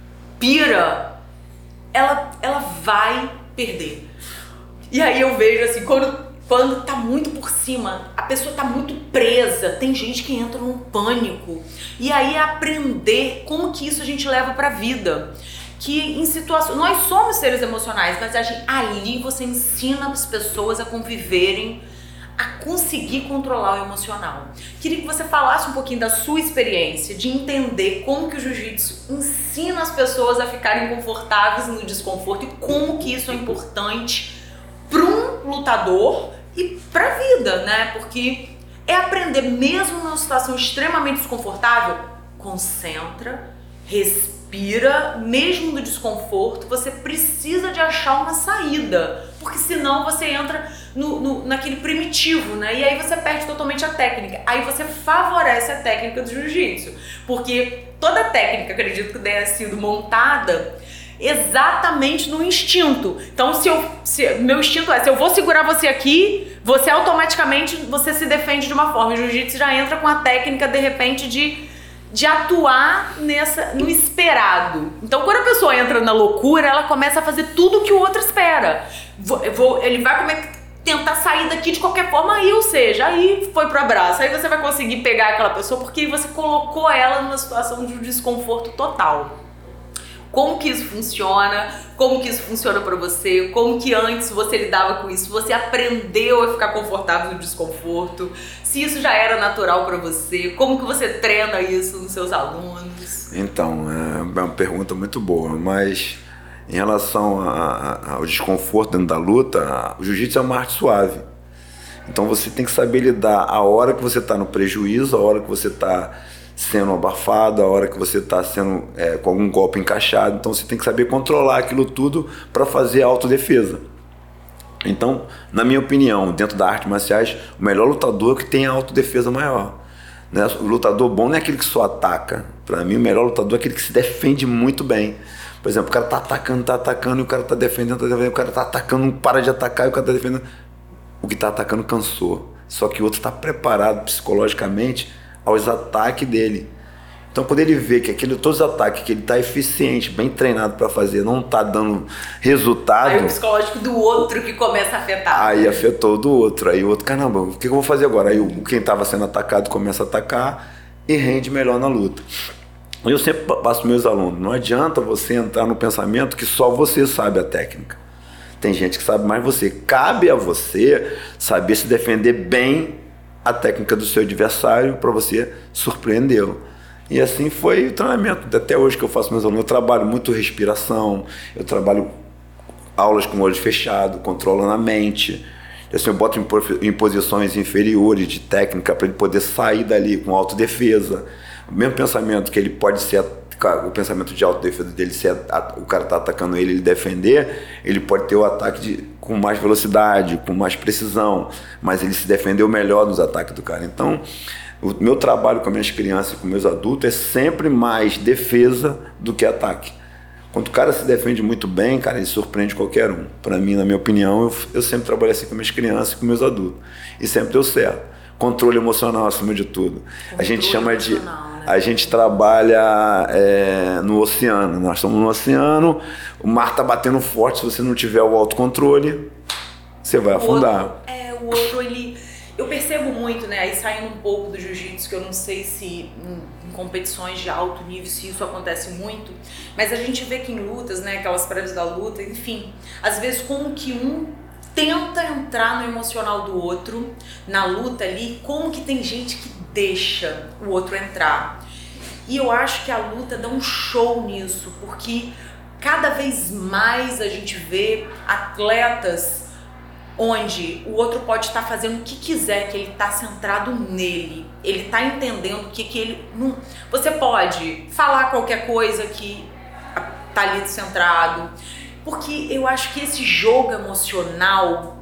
pira, ela, ela vai perder. E aí eu vejo assim, quando pano tá muito por cima, a pessoa tá muito presa, tem gente que entra num pânico. E aí é aprender como que isso a gente leva pra vida. Que em situações, nós somos seres emocionais, mas a gente, ali você ensina as pessoas a conviverem, a conseguir controlar o emocional. Queria que você falasse um pouquinho da sua experiência, de entender como que o jiu-jitsu ensina as pessoas a ficarem confortáveis no desconforto e como que isso é importante para um lutador e para a vida, né? Porque é aprender mesmo numa situação extremamente desconfortável, concentra, respira, mesmo do desconforto, você precisa de achar uma saída, porque senão você entra no, no, naquele primitivo, né? E aí você perde totalmente a técnica. Aí você favorece a técnica do jiu-jitsu, porque toda técnica, acredito que tenha sido montada exatamente no instinto. Então, se eu, se, meu instinto é, se eu vou segurar você aqui, você automaticamente você se defende de uma forma. O jiu-jitsu já entra com a técnica, de repente, de de atuar nessa, no esperado. Então, quando a pessoa entra na loucura, ela começa a fazer tudo que o outro espera. Vou, eu vou, ele vai comer, tentar sair daqui de qualquer forma, aí, ou seja, aí foi pro abraço. Aí você vai conseguir pegar aquela pessoa porque você colocou ela numa situação de desconforto total. Como que isso funciona? Como que isso funciona pra você? Como que antes você lidava com isso? Você aprendeu a ficar confortável no desconforto? Se isso já era natural pra você? Como que você treina isso nos seus alunos? Então, é uma pergunta muito boa, mas em relação a, a, ao desconforto dentro da luta, o jiu-jitsu é uma arte suave. Então você tem que saber lidar a hora que você está no prejuízo, a hora que você está sendo abafado, a hora que você está sendo é, com algum golpe encaixado. Então você tem que saber controlar aquilo tudo para fazer autodefesa. Então, na minha opinião, dentro da arte marciais, o melhor lutador é que tem a autodefesa maior. Né? O lutador bom não é aquele que só ataca. Para mim, o melhor lutador é aquele que se defende muito bem. Por exemplo, o cara tá atacando, tá atacando, e o cara tá defendendo, tá defendendo, o cara tá atacando, não para de atacar, e o cara tá defendendo. O que tá atacando cansou. Só que o outro tá preparado psicologicamente aos ataques dele. Então, quando ele vê que aquele, todos os ataques que ele está eficiente, bem treinado para fazer, não está dando resultado... Aí o psicológico do outro que começa a afetar. Aí afetou o do outro. Aí o outro, caramba, o que eu vou fazer agora? Aí o, quem estava sendo atacado começa a atacar e rende melhor na luta. Eu sempre passo para meus alunos, não adianta você entrar no pensamento que só você sabe a técnica. Tem gente que sabe mais você. Cabe a você saber se defender bem a técnica do seu adversário para você surpreendê-lo. E assim foi o treinamento. Até hoje que eu faço meus alunos, eu trabalho muito respiração, eu trabalho aulas com o olho fechado, controlando a mente. Assim, eu boto em posições inferiores de técnica para ele poder sair dali com autodefesa. O mesmo pensamento que ele pode ser, o pensamento de autodefesa dele, se o cara está atacando ele, ele defender, ele pode ter o ataque de, com mais velocidade, com mais precisão, mas ele se defendeu melhor nos ataques do cara. Então, o meu trabalho com as minhas crianças e com meus adultos é sempre mais defesa do que ataque. Quando o cara se defende muito bem, cara, ele surpreende qualquer um. Para mim, na minha opinião, eu, eu sempre trabalhei assim com minhas crianças e com meus adultos. E sempre deu certo. Controle emocional acima de tudo. Controle a gente chama de... Né? A gente trabalha é, no oceano. Nós estamos no oceano, o mar está batendo forte. Se você não tiver o autocontrole, você vai o afundar. Outro, é, o outro, ele... Eu percebo muito, né, aí saindo um pouco do jiu-jitsu, que eu não sei se em, em competições de alto nível se isso acontece muito, mas a gente vê que em lutas, né, aquelas prévias da luta, enfim, às vezes como que um tenta entrar no emocional do outro, na luta ali, como que tem gente que deixa o outro entrar. E eu acho que a luta dá um show nisso, porque cada vez mais a gente vê atletas onde o outro pode estar fazendo o que quiser, que ele está centrado nele, ele está entendendo o que, que ele... Não, você pode falar qualquer coisa que está ali centrado, porque eu acho que esse jogo emocional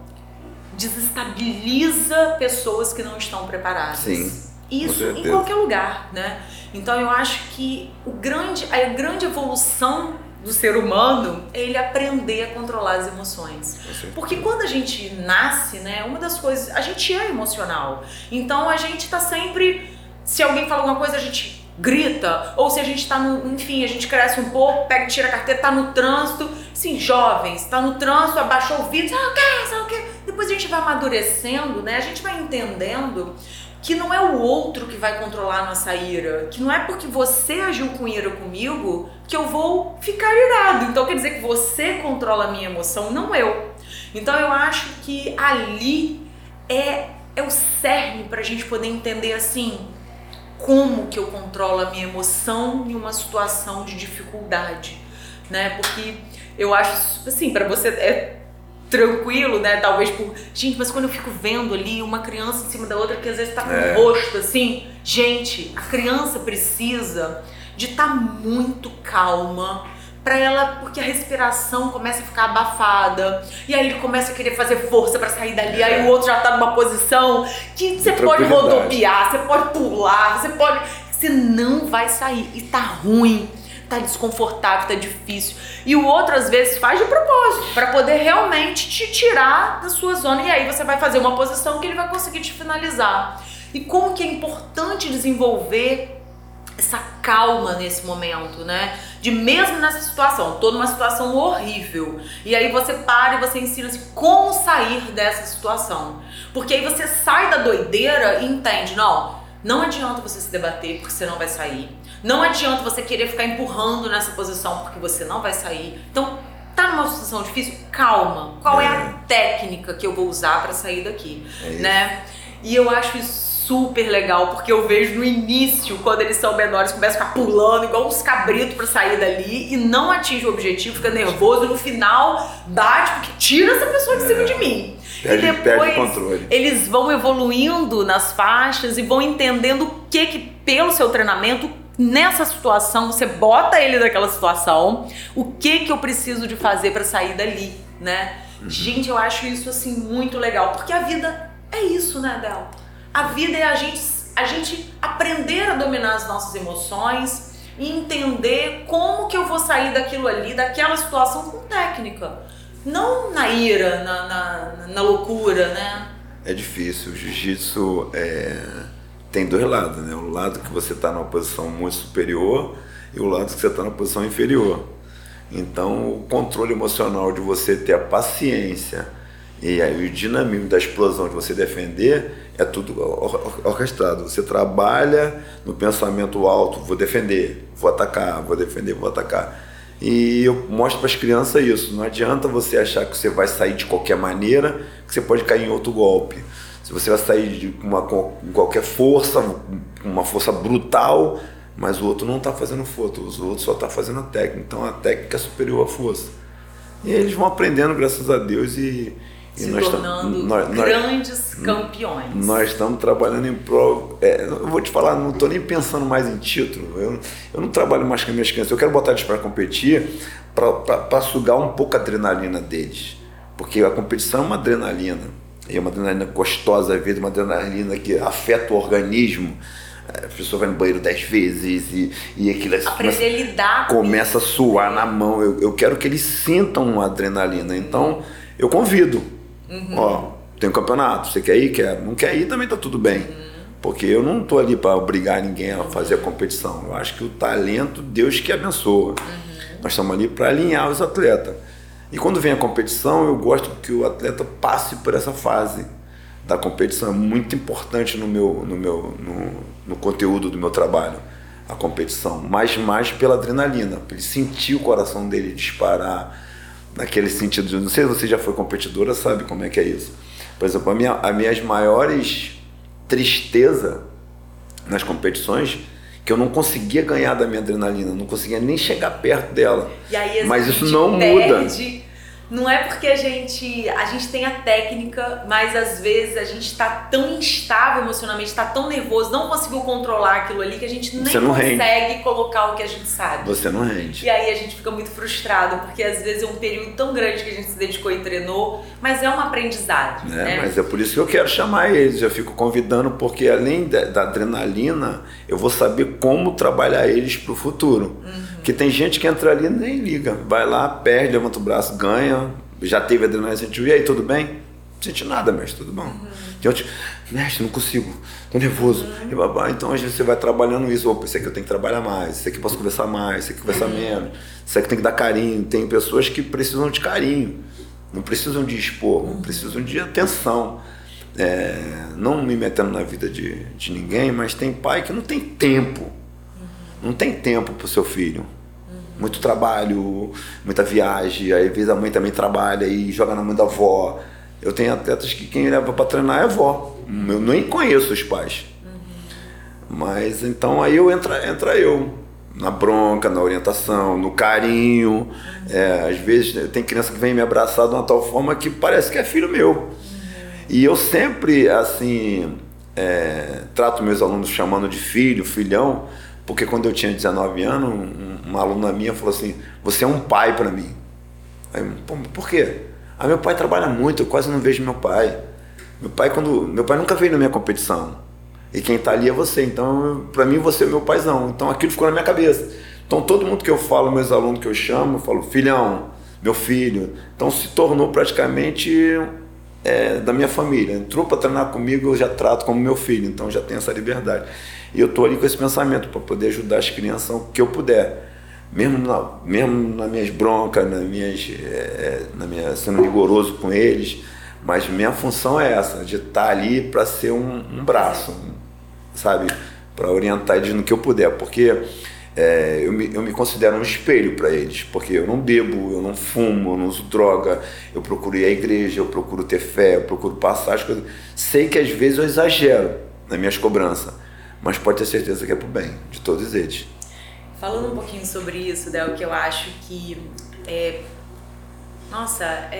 desestabiliza pessoas que não estão preparadas. Sim, isso em qualquer lugar, né? Então eu acho que o grande, a grande evolução do ser humano é ele aprender a controlar as emoções. Porque quando a gente nasce, né, uma das coisas, a gente é emocional. Então a gente tá sempre, se alguém fala alguma coisa, a gente grita, ou se a gente tá no, enfim, a gente cresce um pouco, pega, tira a carteira, tá no trânsito, sim, jovens, tá no trânsito, abaixou o vidro, sabe o que, sabe o que? Depois a gente vai vai amadurecendo, né? A gente vai entendendo que não é o outro que vai controlar a nossa ira, que não é porque você agiu com ira comigo que eu vou ficar irado. Então quer dizer que você controla a minha emoção, não eu. Então eu acho que ali é, é o cerne pra gente poder entender assim, como que eu controlo a minha emoção em uma situação de dificuldade, né? Porque eu acho, assim, pra você é tranquilo, né? Talvez por... Gente, mas quando eu fico vendo ali uma criança em cima da outra que às vezes tá com É. o rosto assim, gente, a criança precisa de estar muito calma pra ela, porque a respiração começa a ficar abafada e aí ele começa a querer fazer força pra sair dali, aí o outro já tá numa posição que você pode rodopiar, você pode pular, você pode... Você não vai sair e tá ruim, tá desconfortável, tá difícil. E o outro às vezes faz de propósito pra poder realmente te tirar da sua zona e aí você vai fazer uma posição que ele vai conseguir te finalizar. E como que é importante desenvolver essa calma nesse momento, né? De mesmo nessa situação, tô numa situação horrível. E aí você para e você ensina assim, como sair dessa situação. Porque aí você sai da doideira e entende, não, não adianta você se debater porque você não vai sair. Não adianta você querer ficar empurrando nessa posição porque você não vai sair. Então, tá numa situação difícil? Calma. Qual é, é a técnica que eu vou usar pra sair daqui, é né? E eu acho isso super legal, porque eu vejo no início, quando eles são menores, começam a ficar pulando igual uns cabritos pra sair dali e não atinge o objetivo, fica nervoso e no final bate, porque tira essa pessoa de é. cima de mim. Perde, e depois perde o controle. Eles vão evoluindo nas faixas e vão entendendo o que que, pelo seu treinamento, nessa situação, você bota ele naquela situação, o que que eu preciso de fazer pra sair dali, né? Uhum. Gente, eu acho isso assim muito legal, porque a vida é isso, né, Del? A vida é a gente, a gente aprender a dominar as nossas emoções e entender como que eu vou sair daquilo ali, daquela situação com técnica. Não na ira, na, na, na loucura, né? É difícil. O jiu-jitsu é... tem dois lados, né? O lado que você está numa posição muito superior e o lado que você está numa posição inferior. Então, o controle emocional de você ter a paciência e aí o dinamismo da explosão de você defender é tudo orquestrado. Você trabalha no pensamento alto, vou defender, vou atacar, vou defender, vou atacar. E eu mostro para as crianças isso, não adianta você achar que você vai sair de qualquer maneira, que você pode cair em outro golpe. Se você vai sair de uma, com qualquer força, uma força brutal, mas o outro não está fazendo força, o outro só está fazendo a técnica, então a técnica é superior à força. E eles vão aprendendo, graças a Deus, e se e nós tornando nós, grandes nós, campeões. Nós estamos trabalhando em prol... É, eu vou te falar, não estou nem pensando mais em título. Eu, eu não trabalho mais com as minhas crianças. Eu quero botar eles para competir, para sugar um pouco a adrenalina deles. Porque a competição é uma adrenalina. É uma adrenalina gostosa, às vezes, uma adrenalina que afeta o organismo. A pessoa vai no banheiro dez vezes e, e aquilo aprender a lidar começa a suar na mão. Eu, eu quero que eles sintam uma adrenalina. Então, eu convido. Uhum. Ó, tem um campeonato, você quer ir? Quer. Não quer ir, também tá tudo bem. Uhum. Porque eu não tô ali para obrigar ninguém a fazer a competição. Eu acho que o talento, Deus que abençoa. Uhum. Nós estamos ali para alinhar os atletas. E quando vem a competição, eu gosto que o atleta passe por essa fase da competição. É muito importante no meu, no meu, no, no conteúdo do meu trabalho, a competição. Mas mais pela adrenalina, para ele sentir o coração dele disparar, naquele sentido de, não sei se você já foi competidora, sabe como é que é isso. Por exemplo, a minha, as minhas maiores tristezas nas competições, que eu não conseguia ganhar da minha adrenalina, não conseguia nem chegar perto dela. E aí, mas isso não muda. Não é porque a gente, a gente tem a técnica, mas às vezes a gente está tão instável emocionalmente, está tão nervoso, não conseguiu controlar aquilo ali que a gente nem consegue rende. colocar o que a gente sabe. Você não rende. E aí a gente fica muito frustrado, porque às vezes é um período tão grande que a gente se dedicou e treinou, mas é uma aprendizagem. É, né? Mas é por isso que eu quero chamar eles, eu fico convidando, porque além da, da adrenalina, eu vou saber como trabalhar eles para o futuro. Uhum. Porque tem gente que entra ali e nem liga, vai lá, perde, levanta o braço, ganha, já teve adrenalina, sentiu, e aí, tudo bem? Não senti nada, mestre, tudo bom. Uhum. Tem outros, mestre, não consigo, tô nervoso, uhum. e babá. Então a gente você vai trabalhando isso, opa, isso aqui eu tenho que trabalhar mais, isso aqui eu posso conversar mais, isso aqui conversar uhum. menos, isso aqui tem que dar carinho. Tem pessoas que precisam de carinho, não precisam de expor, uhum. precisam de atenção. É, não me metendo na vida de, de ninguém, mas tem pai que não tem tempo, uhum. não tem tempo pro seu filho. Uhum. Muito trabalho, muita viagem, aí às vezes a mãe também trabalha e joga na mão da avó. Eu tenho atletas que quem leva para treinar é a avó, eu nem conheço os pais. Uhum. Mas então aí eu entra, entra eu. Na bronca, na orientação, no carinho. Uhum. É, às vezes tem criança que vem me abraçar de uma tal forma que parece que é filho meu. Uhum. E eu sempre, assim, é, trato meus alunos chamando de filho, filhão, porque quando eu tinha dezenove anos, um, uma aluna minha falou assim, você é um pai para mim. Aí, pô, por quê? Ah, meu pai trabalha muito, eu quase não vejo meu pai. Meu pai, quando, meu pai nunca veio na minha competição. E quem tá ali é você, então para mim você é meu paizão, então aquilo ficou na minha cabeça. Então todo mundo que eu falo, meus alunos que eu chamo, eu falo filhão, meu filho, então se tornou praticamente é, da minha família. Entrou para treinar comigo, eu já trato como meu filho, então já tenho essa liberdade. E eu tô ali com esse pensamento para poder ajudar as crianças o que eu puder, mesmo, na, mesmo nas minhas broncas, nas minhas, é, na minha, sendo rigoroso com eles, mas minha função é essa, de estar ali para ser um, um braço, sabe, para orientar eles no que eu puder, porque é, eu, me, eu me considero um espelho para eles, porque eu não bebo, eu não fumo, eu não uso droga, eu procuro ir à igreja, eu procuro ter fé, eu procuro passar as coisas. Sei que às vezes eu exagero nas minhas cobranças, mas pode ter certeza que é pro bem de todos eles. Falando um pouquinho sobre isso, Del, que eu acho que é, nossa,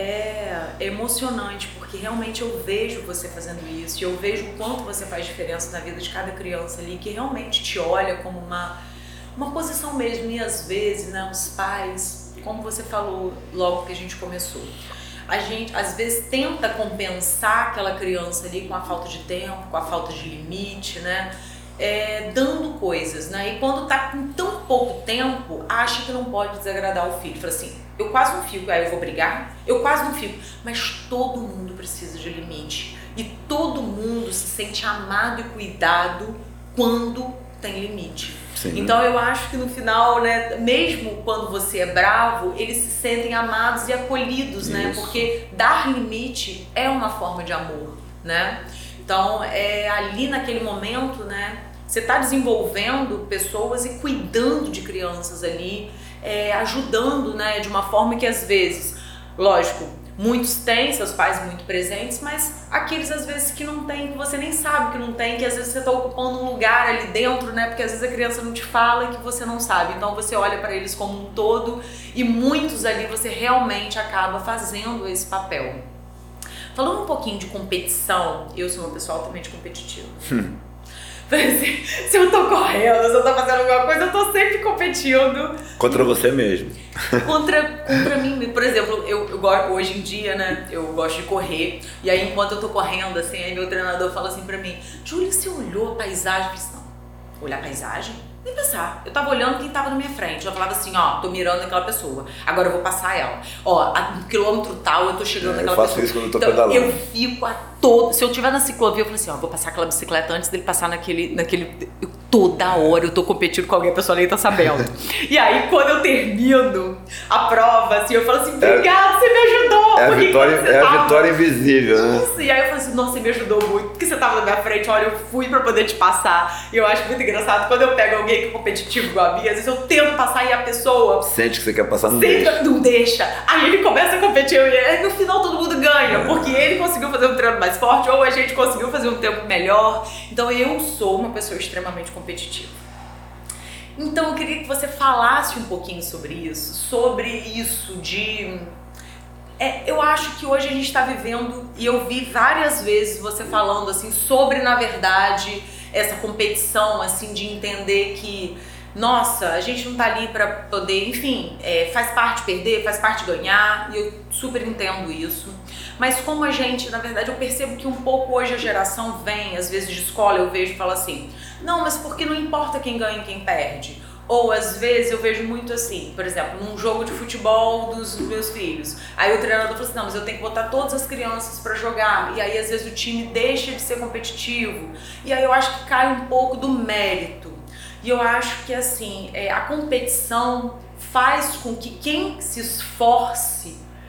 é emocionante, porque realmente eu vejo você fazendo isso, e eu vejo o quanto você faz diferença na vida de cada criança ali, que realmente te olha como uma, uma posição mesmo, e às vezes, né, os pais, como você falou logo que a gente começou, a gente às vezes tenta compensar aquela criança ali com a falta de tempo, com a falta de limite, né? É, dando coisas, né? E quando tá com tão pouco tempo, acha que não pode desagradar o filho. Fala assim, eu quase não fico, aí eu vou brigar, eu quase não fico. Mas todo mundo precisa de limite. E todo mundo se sente amado e cuidado quando tem limite. Sim. Então eu acho que no final, né, mesmo quando você é bravo, eles se sentem amados e acolhidos, isso, né? Porque dar limite é uma forma de amor, né? Então, é, ali naquele momento, né, você está desenvolvendo pessoas e cuidando de crianças ali, é, ajudando, né, de uma forma que às vezes, lógico, muitos têm seus pais muito presentes, mas aqueles às vezes que não tem, que você nem sabe que não tem, que às vezes você está ocupando um lugar ali dentro, né, porque às vezes a criança não te fala e que você não sabe. Então você olha para eles como um todo e muitos ali você realmente acaba fazendo esse papel. Falando um pouquinho de competição, eu sou uma pessoa altamente competitiva. Hum. Se eu tô correndo, se eu tô fazendo alguma coisa, eu tô sempre competindo. Contra você mesmo. Contra, contra mim. Por exemplo, eu, eu hoje em dia, né, eu gosto de correr. E aí, enquanto eu tô correndo, assim, aí meu treinador fala assim pra mim, Júlia, você olhou a paisagem? Eu disse, não, olhar a paisagem? Nem pensar. Eu tava olhando quem tava na minha frente. Eu falava assim, ó, tô mirando naquela pessoa. Agora eu vou passar ela. Ó, a um quilômetro tal, eu tô chegando é, naquela pessoa. Eu faço pessoa. isso quando eu tô então, pedalando. Eu fico a todo... Se eu tiver na ciclovia, eu falo assim, ó, vou passar aquela bicicleta antes dele passar naquele... naquele... Eu, toda hora eu tô competindo com alguém, a pessoa nem tá sabendo. E aí, quando eu termino a prova, assim, eu falo assim, obrigada, é, você me ajudou. É a vitória, é a vitória invisível, né? Nossa, e aí eu falo assim, nossa, você me ajudou muito, porque você tava na minha frente, olha, eu fui pra poder te passar. E eu acho muito engraçado, quando eu pego alguém que é competitivo igual a mim, às vezes eu tento passar e a pessoa... Sente que você quer passar, não sente, deixa. Não deixa. Aí ele começa a competir, e aí no final todo mundo ganha, porque ele conseguiu fazer um treino mais forte, ou a gente conseguiu fazer um tempo melhor. Então eu sou uma pessoa extremamente competitiva. Então eu queria que você falasse um pouquinho sobre isso, sobre isso de... É, eu acho que hoje a gente está vivendo, e eu vi várias vezes você falando assim, sobre, na verdade, essa competição, assim, de entender que, nossa, a gente não tá ali para poder, enfim, é, faz parte perder, faz parte ganhar, e eu super entendo isso. Mas como a gente, na verdade, eu percebo que um pouco hoje a geração vem, às vezes de escola eu vejo e falo assim, não, mas porque não importa quem ganha e quem perde. Ou às vezes eu vejo muito assim, por exemplo, num jogo de futebol dos meus filhos. Aí o treinador fala assim, não, mas eu tenho que botar todas as crianças pra jogar. E aí às vezes o time deixa de ser competitivo. E aí eu acho que cai um pouco do mérito. E eu acho que assim, é, a competição faz com que quem se esforce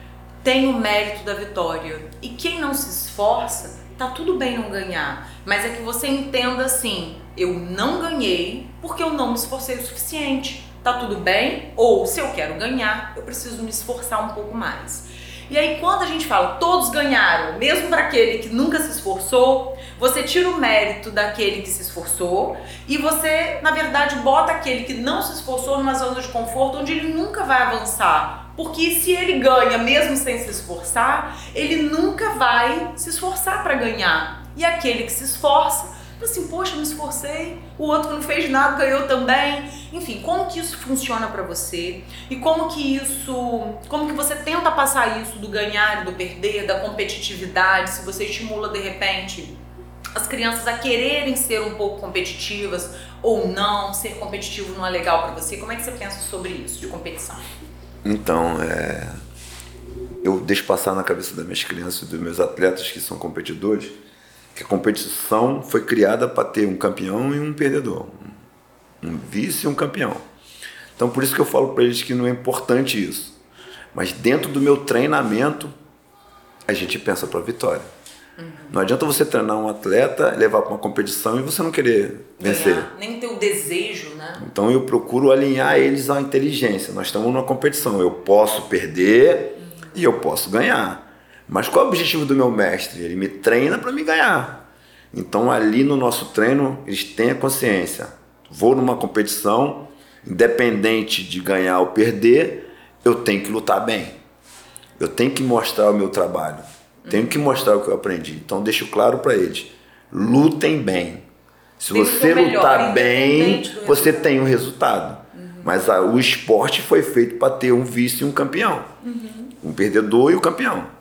tem o mérito da vitória. E quem não se esforça, tá tudo bem não ganhar. Mas é que você entenda assim, eu não ganhei porque eu não me esforcei o suficiente. Tá tudo bem? Ou se eu quero ganhar, eu preciso me esforçar um pouco mais. E aí quando a gente fala, todos ganharam, mesmo para aquele que nunca se esforçou, você tira o mérito daquele que se esforçou e você, na verdade, bota aquele que não se esforçou numa zona de conforto onde ele nunca vai avançar. Porque se ele ganha mesmo sem se esforçar, ele nunca vai se esforçar para ganhar. E aquele que se esforça, assim, poxa, me esforcei, o outro que não fez nada ganhou também. Enfim, como que isso funciona pra você? E como que isso, como que você tenta passar isso do ganhar e do perder, da competitividade, se você estimula de repente as crianças a quererem ser um pouco competitivas ou não, ser competitivo não é legal pra você? Como é que você pensa sobre isso, de competição? Então, é... eu deixo passar na cabeça das minhas crianças e dos meus atletas que são competidores que a competição foi criada para ter um campeão e um perdedor, um vice e um campeão. Então por isso que eu falo para eles que não é importante isso. Mas dentro do meu treinamento, a gente pensa para a vitória. Uhum. Não adianta você treinar um atleta, levar para uma competição e você não querer vencer. Ganhar, nem ter o desejo, né? Então eu procuro alinhar eles à inteligência. Nós estamos numa competição, eu posso perder uhum. e eu posso ganhar. Mas qual é o objetivo do meu mestre? Ele me treina para me ganhar. Então ali no nosso treino, eles têm a consciência. Vou numa competição, independente de ganhar ou perder, eu tenho que lutar bem. Eu tenho que mostrar o meu trabalho. Tenho que mostrar o que eu aprendi. Então deixo claro para eles. Lutem bem. Se tem você lutar bem, você tem um resultado. Uhum. Mas a, o esporte foi feito para ter um vice e um campeão. Uhum. Um perdedor e o campeão.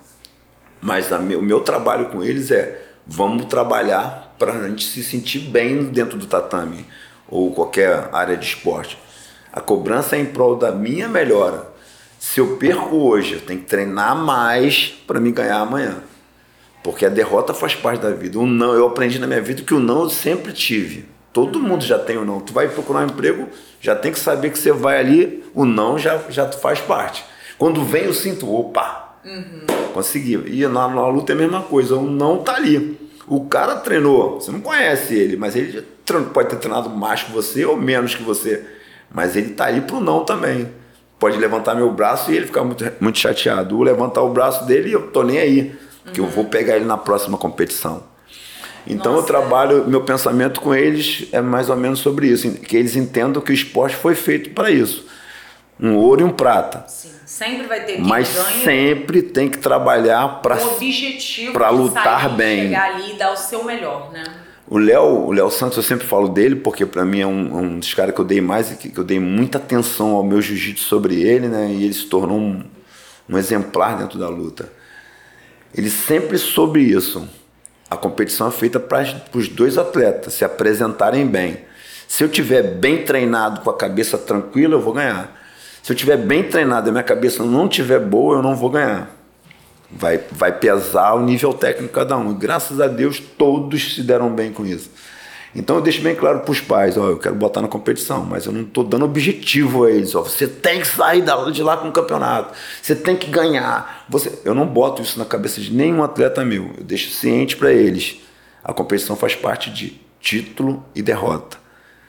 Mas a meu, o meu trabalho com eles é, vamos trabalhar para a gente se sentir bem dentro do tatame ou qualquer área de esporte. A cobrança é em prol da minha melhora. Se eu perco hoje, eu tenho que treinar mais para me ganhar amanhã. Porque a derrota faz parte da vida. O não, eu aprendi na minha vida que o não eu sempre tive. Todo mundo já tem o não. Tu vai procurar um emprego, já tem que saber que você vai ali, o não já, já faz parte. Quando vem eu sinto, opa, uhum. consegui. E na, na luta é a mesma coisa, o não tá ali. O cara treinou, você não conhece ele, mas ele pode ter treinado mais que você ou menos que você. Mas ele tá ali pro não também. Pode levantar meu braço e ele ficar muito, muito chateado. Ou levantar o braço dele e eu tô nem aí. Porque uhum. eu vou pegar ele na próxima competição. Então Nossa, eu trabalho, é. meu pensamento com eles é mais ou menos sobre isso. Que eles entendam que o esporte foi feito para isso. Um ouro e um prata. Sim. Sempre vai ter quem Mas ganha, sempre tem que trabalhar para para lutar sair, bem. Chegar ali e dar o seu melhor, né? O Léo, o Léo Santos, eu sempre falo dele, porque para mim é um, um dos caras que eu dei mais, que, que eu dei muita atenção ao meu jiu-jitsu sobre ele, né? E ele se tornou um, um exemplar dentro da luta. Ele sempre soube isso. A competição é feita para os dois atletas se apresentarem bem. Se eu tiver bem treinado, com a cabeça tranquila, eu vou ganhar. Se eu estiver bem treinado e a minha cabeça não estiver boa, eu não vou ganhar. Vai, vai pesar o nível técnico de cada um. E graças a Deus, todos se deram bem com isso. Então eu deixo bem claro para os pais, ó, eu quero botar na competição, mas eu não estou dando objetivo a eles. Ó, você tem que sair de lá com o campeonato. Você tem que ganhar. Você... Eu não boto isso na cabeça de nenhum atleta meu. Eu deixo ciente para eles. A competição faz parte de título e derrota.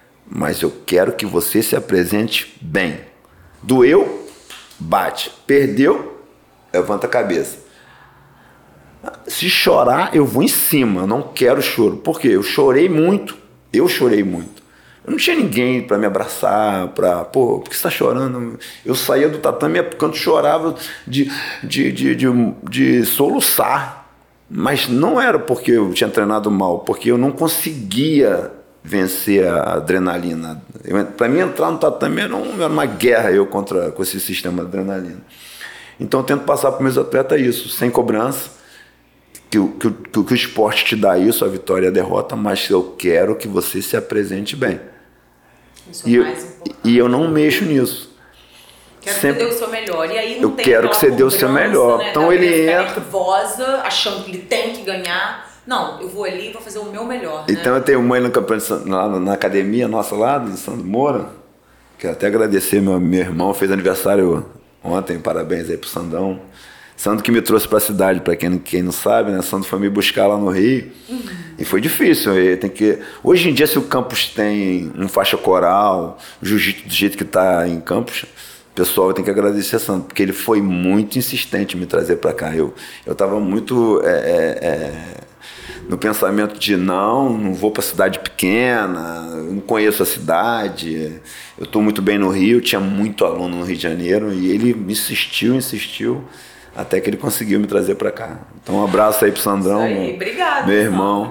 Mas eu quero que você se apresente bem. Doeu, bate. Perdeu, levanta a cabeça. Se chorar, eu vou em cima. Eu não quero choro. Por quê? Eu chorei muito. Eu chorei muito. Eu não tinha ninguém para me abraçar, para... Pô, por que você está chorando? Eu saía do tatame quando chorava de, de, de, de, de soluçar. Mas não era porque eu tinha treinado mal, porque eu não conseguia vencer a adrenalina. Para mim, entrar no tatame era, um, era uma guerra eu contra com esse sistema de adrenalina. Então, eu tento passar para os meus atletas isso, sem cobrança, que, que, que, que o esporte te dá isso, a vitória e a derrota, mas eu quero que você se apresente bem. Isso e, é eu, mais importante. E eu não mexo nisso. Quero Sempre, que você dê o seu melhor. E aí não eu tem quero que você dê o seu melhor. Né? Então, ele entra... nervosa, achando que ele tem que ganhar. Não, eu vou ali e vou fazer o meu melhor. Né? Então eu tenho mãe no campeonato, lá na academia nossa lá, de Sandro Moura. Quero até agradecer, meu, meu irmão fez aniversário ontem, parabéns aí pro Sandão. Sandro que me trouxe para a cidade, para quem, quem não sabe, né? Sandro foi me buscar lá no Rio. Uhum. E foi difícil. Tem que... Hoje em dia, se o campus tem um faixa coral, o jiu-jitsu do jeito que está em campus, o pessoal tem que agradecer a Sandro, porque ele foi muito insistente em me trazer para cá. Eu estava muito é, é, é, no pensamento de não, não vou para cidade pequena, não conheço a cidade, eu estou muito bem no Rio, tinha muito aluno no Rio de Janeiro, e ele insistiu, insistiu, até que ele conseguiu me trazer para cá. Então, um abraço aí pro Sandrão, aí, obrigado, meu irmão.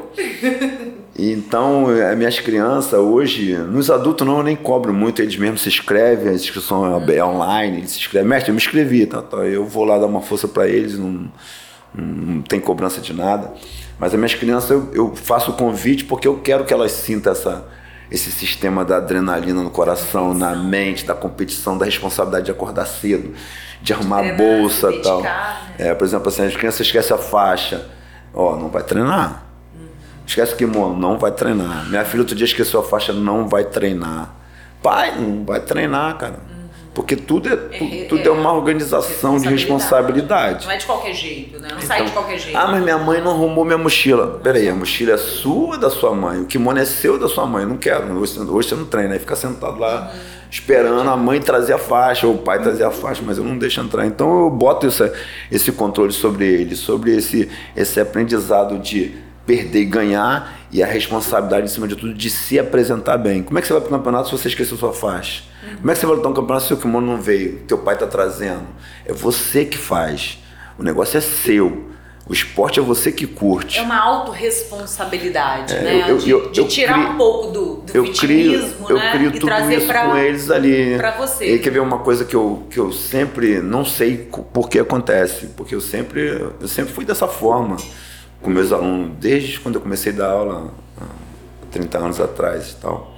E então, as minhas crianças hoje, nos adultos não, eu nem cobro muito, eles mesmos se inscrevem, a inscrição é online, eles se inscrevem. Mestre, eu me inscrevi, tá, tá, eu vou lá dar uma força para eles, não, não tem cobrança de nada. Mas as minhas crianças, eu, eu faço o convite porque eu quero que elas sintam essa, esse sistema da adrenalina no coração, na mente, da competição, da responsabilidade de acordar cedo, de arrumar a bolsa e tal. Né? É, por exemplo, assim, as crianças esquecem a faixa, ó, não vai treinar. Uhum. Esquece o kimono, não vai treinar. Minha filha outro dia esqueceu a faixa, não vai treinar. Pai, não vai treinar, cara. Uhum. Porque tudo é, é, tudo é, é uma organização de responsabilidade. Não é de qualquer jeito, né? Não então, sai de qualquer jeito. Ah, mas minha mãe não arrumou minha mochila. Peraí, a mochila é sua ou da sua mãe? O kimono é seu ou da sua mãe? Eu não quero. Hoje, hoje você não treina, aí fica sentado lá uhum. esperando a mãe trazer a faixa ou o pai trazer a faixa, mas eu não deixo entrar. Então eu boto esse, esse controle sobre ele, sobre esse, esse aprendizado de perder e ganhar e a responsabilidade, em cima de tudo, de se apresentar bem. Como é que você vai para o campeonato se você esqueceu sua faixa? Uhum. Como é que você vai lutar um campeonato se o kimono não veio? Teu pai está trazendo. É você que faz. O negócio é seu. O esporte é você que curte. É uma autorresponsabilidade, é, né? Eu, eu, de, eu, de eu tirar crio, um pouco do, do eu vitimismo, crio, né? Eu crio e tudo trazer isso pra, com eles ali. Pra você. E quer ver uma coisa que eu, que eu sempre não sei por que acontece. Porque eu sempre, eu sempre fui dessa forma com meus alunos, desde quando eu comecei a dar aula, há trinta anos atrás e tal.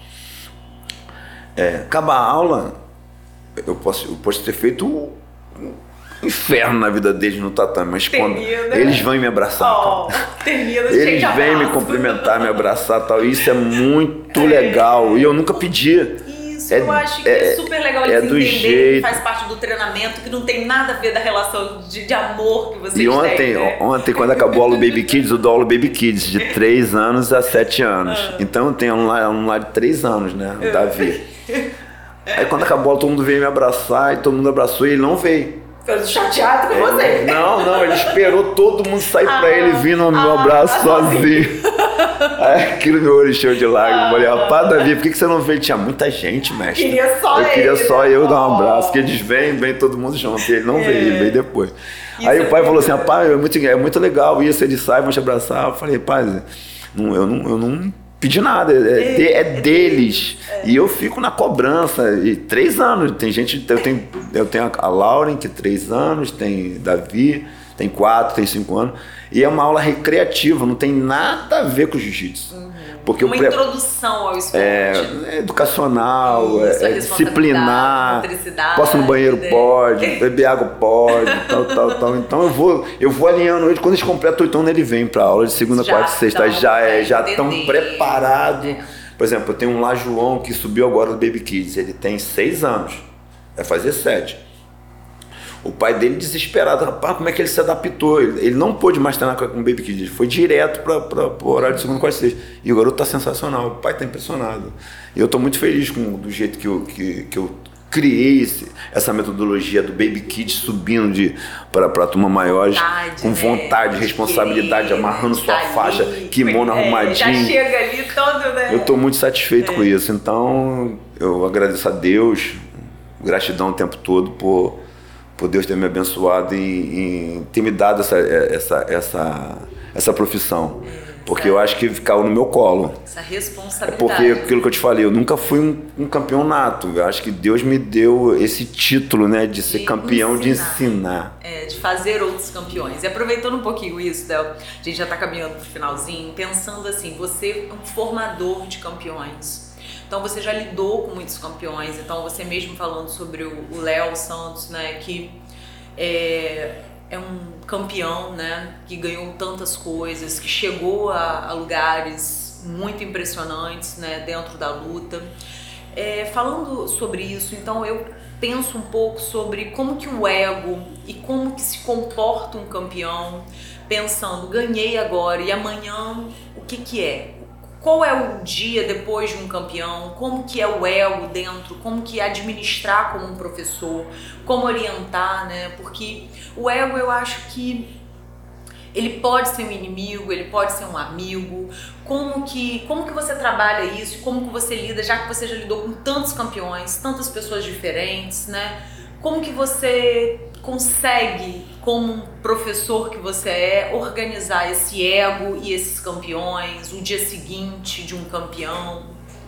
É, acabar a aula, eu posso, eu posso ter feito um, um inferno na vida deles no tatame, mas termina, quando eles vão me abraçar, oh, termina, eles vêm me cumprimentar, me abraçar, tal, isso é muito é. legal, e eu nunca pedi. Isso, é, eu acho que é, é super legal eles é do entenderem jeito. que faz parte do treinamento, que não tem nada a ver da relação de, de amor que vocês têm. E ontem, têm, né? ontem, quando acabou o Aula Baby Kids, eu dou Aula Baby Kids de três anos a sete anos. Ah. Então eu tenho um lá, um lá de três anos, né? O Davi. Aí quando acabou, todo mundo veio me abraçar e todo mundo abraçou e ele não veio. Ficou chateado com você. Não, não, ele esperou todo mundo sair ah, pra ele vir no meu ah, abraço ah, sozinho. Aí aquilo meu olho encheu de lágrimas. Eu falei, rapaz, Davi, por que você não veio? Tinha muita gente, mestre. Queria só eu ele. queria só eu dar um abraço, porque eles vêm, vem todo mundo junto. E ele não é. veio, ele veio depois. Isso Aí é o pai falou assim, rapaz, é muito, é muito legal isso, eles saem, vão te abraçar. Eu falei, pai, não, eu não... Eu não pedi nada, é, de, é deles. É. E eu fico na cobrança. E três anos, tem gente, eu tenho, eu tenho a Lauren, que três anos, tem Davi, tem quatro, tem cinco anos. E é uma aula recreativa, não tem nada a ver com jiu-jitsu. Uhum. Porque uma pre... introdução ao esporte. É, é educacional, Isso, é, é disciplinar. Posso ir no banheiro? Né? Pode. Beber água? Pode. tal, tal, tal. Então eu vou, eu vou alinhando ele. Quando eles completam oito anos, ele vem para aula de segunda, já quarta e sexta. Já é, já estão preparados. É. Por exemplo, eu tenho um lá, João, que subiu agora do Baby Kids. Ele tem seis anos. Vai fazer sete. O pai dele desesperado, rapaz, como é que ele se adaptou? Ele, ele não pôde mais treinar com o Baby Kids, ele foi direto para o horário de segunda, quarta e sexta. E o garoto tá sensacional, o pai tá impressionado. E eu tô muito feliz com do jeito que eu, que, que eu criei esse, essa metodologia do Baby Kids subindo para a turma maiores, vontade, com vontade, né? responsabilidade, querer, amarrando sua tá faixa, ali, kimono é, arrumadinho. Já chega ali todo, né? Eu tô muito satisfeito é. com isso, então eu agradeço a Deus, gratidão o tempo todo por por Deus ter me abençoado e, e ter me dado essa, essa, essa, essa profissão. Porque eu acho que caiu no meu colo. Essa responsabilidade. É porque, aquilo que eu te falei, eu nunca fui um, um campeão nato. Eu acho que Deus me deu esse título, né, de ser de campeão, ensinar. de ensinar. É, de fazer outros campeões. E aproveitando um pouquinho isso, Del, a gente já está caminhando pro finalzinho, pensando assim, você é um formador de campeões. Então você já lidou com muitos campeões, então você mesmo falando sobre o Léo Santos, né, que é, é um campeão, né, que ganhou tantas coisas, que chegou a, a lugares muito impressionantes, né, dentro da luta. É, falando sobre isso, então eu penso um pouco sobre como que o ego e como que se comporta um campeão, pensando, ganhei agora e amanhã o que que é? Qual é o dia depois de um campeão? Como que é o ego dentro? Como que é administrar como um professor? Como orientar, né? Porque o ego, eu acho que ele pode ser um inimigo, ele pode ser um amigo. Como que, como que você trabalha isso? Como que você lida, já que você já lidou com tantos campeões, tantas pessoas diferentes, né? Como que você consegue, como um professor que você é, organizar esse ego e esses campeões, o dia seguinte de um campeão?